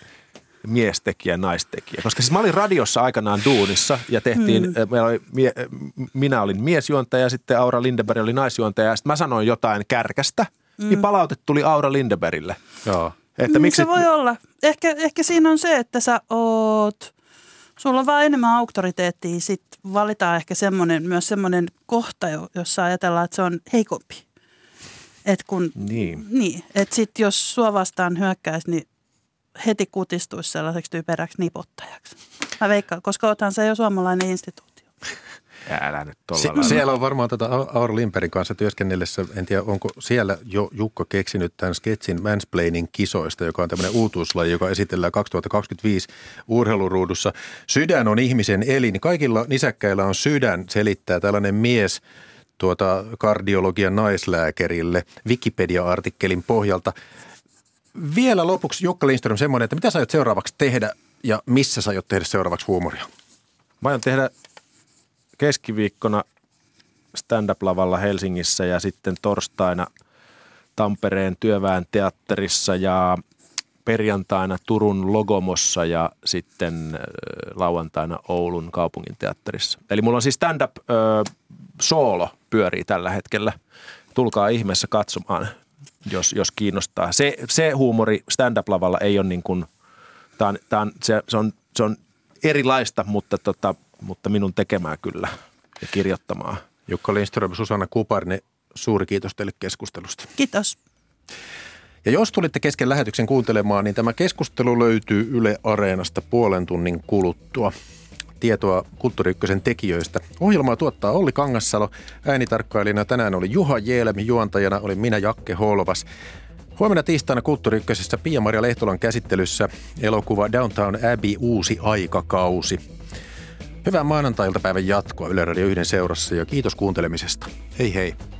[SPEAKER 3] miestekijä, naistekijä? Koska siis mä olin radiossa aikanaan duunissa ja tehtiin, mm. meillä oli, mie, minä olin miesjuontaja ja sitten Aura Lindeberg oli naisjuontaja ja sitten mä sanoin jotain kärkästä, mm. niin palautet tuli Aura Lindebergille.
[SPEAKER 2] Joo.
[SPEAKER 1] Että miksi... Se voi olla. Ehkä, ehkä siinä on se, että sä oot, sulla on vaan enemmän auktoriteettia, sitten valitaan ehkä semmoinen, myös semmoinen kohta, jossa ajatellaan, että se on heikompi. Että kun,
[SPEAKER 3] niin.
[SPEAKER 1] niin että sitten jos sua vastaan hyökkäisi, niin heti kutistuisi sellaiseksi typeräksi nipottajaksi. Mä veikkaan, koska otan se jo suomalainen instituutio.
[SPEAKER 3] Älä nyt tolla
[SPEAKER 2] Se,
[SPEAKER 3] lailla.
[SPEAKER 2] siellä on varmaan tätä Aura Lindbergin kanssa työskennellessä, en tiedä onko siellä jo Jukka keksinyt tämän sketsin mansplaining kisoista, joka on tämmöinen uutuuslaji, joka esitellään kaksituhattakaksikymmentäviisi urheiluruudussa. Sydän on ihmisen elin. Kaikilla nisäkkäillä on sydän, selittää tällainen mies tuota kardiologian naislääkärille Wikipedia-artikkelin pohjalta. Vielä lopuksi Jukka Lindström semmoinen, että mitä sä aiot seuraavaksi tehdä ja missä sä aiot tehdä seuraavaksi huumoria?
[SPEAKER 3] Mä aion tehdä keskiviikkona stand-up-lavalla Helsingissä ja sitten torstaina Tampereen Työväen teatterissa ja perjantaina Turun Logomossa ja sitten lauantaina Oulun kaupunginteatterissa. Eli mulla on siis stand-up-soolo pyörii tällä hetkellä. Tulkaa ihmeessä katsomaan, jos, jos kiinnostaa. Se, se huumori stand-up-lavalla ei ole niin kuin, tää on, tää on, se, se, on, se on erilaista, mutta, tota, mutta minun tekemää kyllä ja kirjoittamaa.
[SPEAKER 2] Jukka Lindström, Susanna Kuparinen, suuri kiitos teille keskustelusta.
[SPEAKER 1] Kiitos.
[SPEAKER 2] Ja jos tulitte kesken lähetyksen kuuntelemaan, niin tämä keskustelu löytyy Yle Areenasta puolen tunnin kuluttua. Tietoa Kulttuuri Ykkösen tekijöistä. Ohjelmaa tuottaa Olli Kangassalo. Äänitarkkailijana tänään oli Juha Jelmi, juontajana oli minä Jakke Holvas. Huomenna tiistaina Kulttuuri Ykkösessä Pia-Maria Lehtolan käsittelyssä elokuva Downton Abbey uusi aikakausi. Hyvää maanantai-iltapäivän jatkoa Yle Radio yhden seurassa ja kiitos kuuntelemisesta. Hei hei.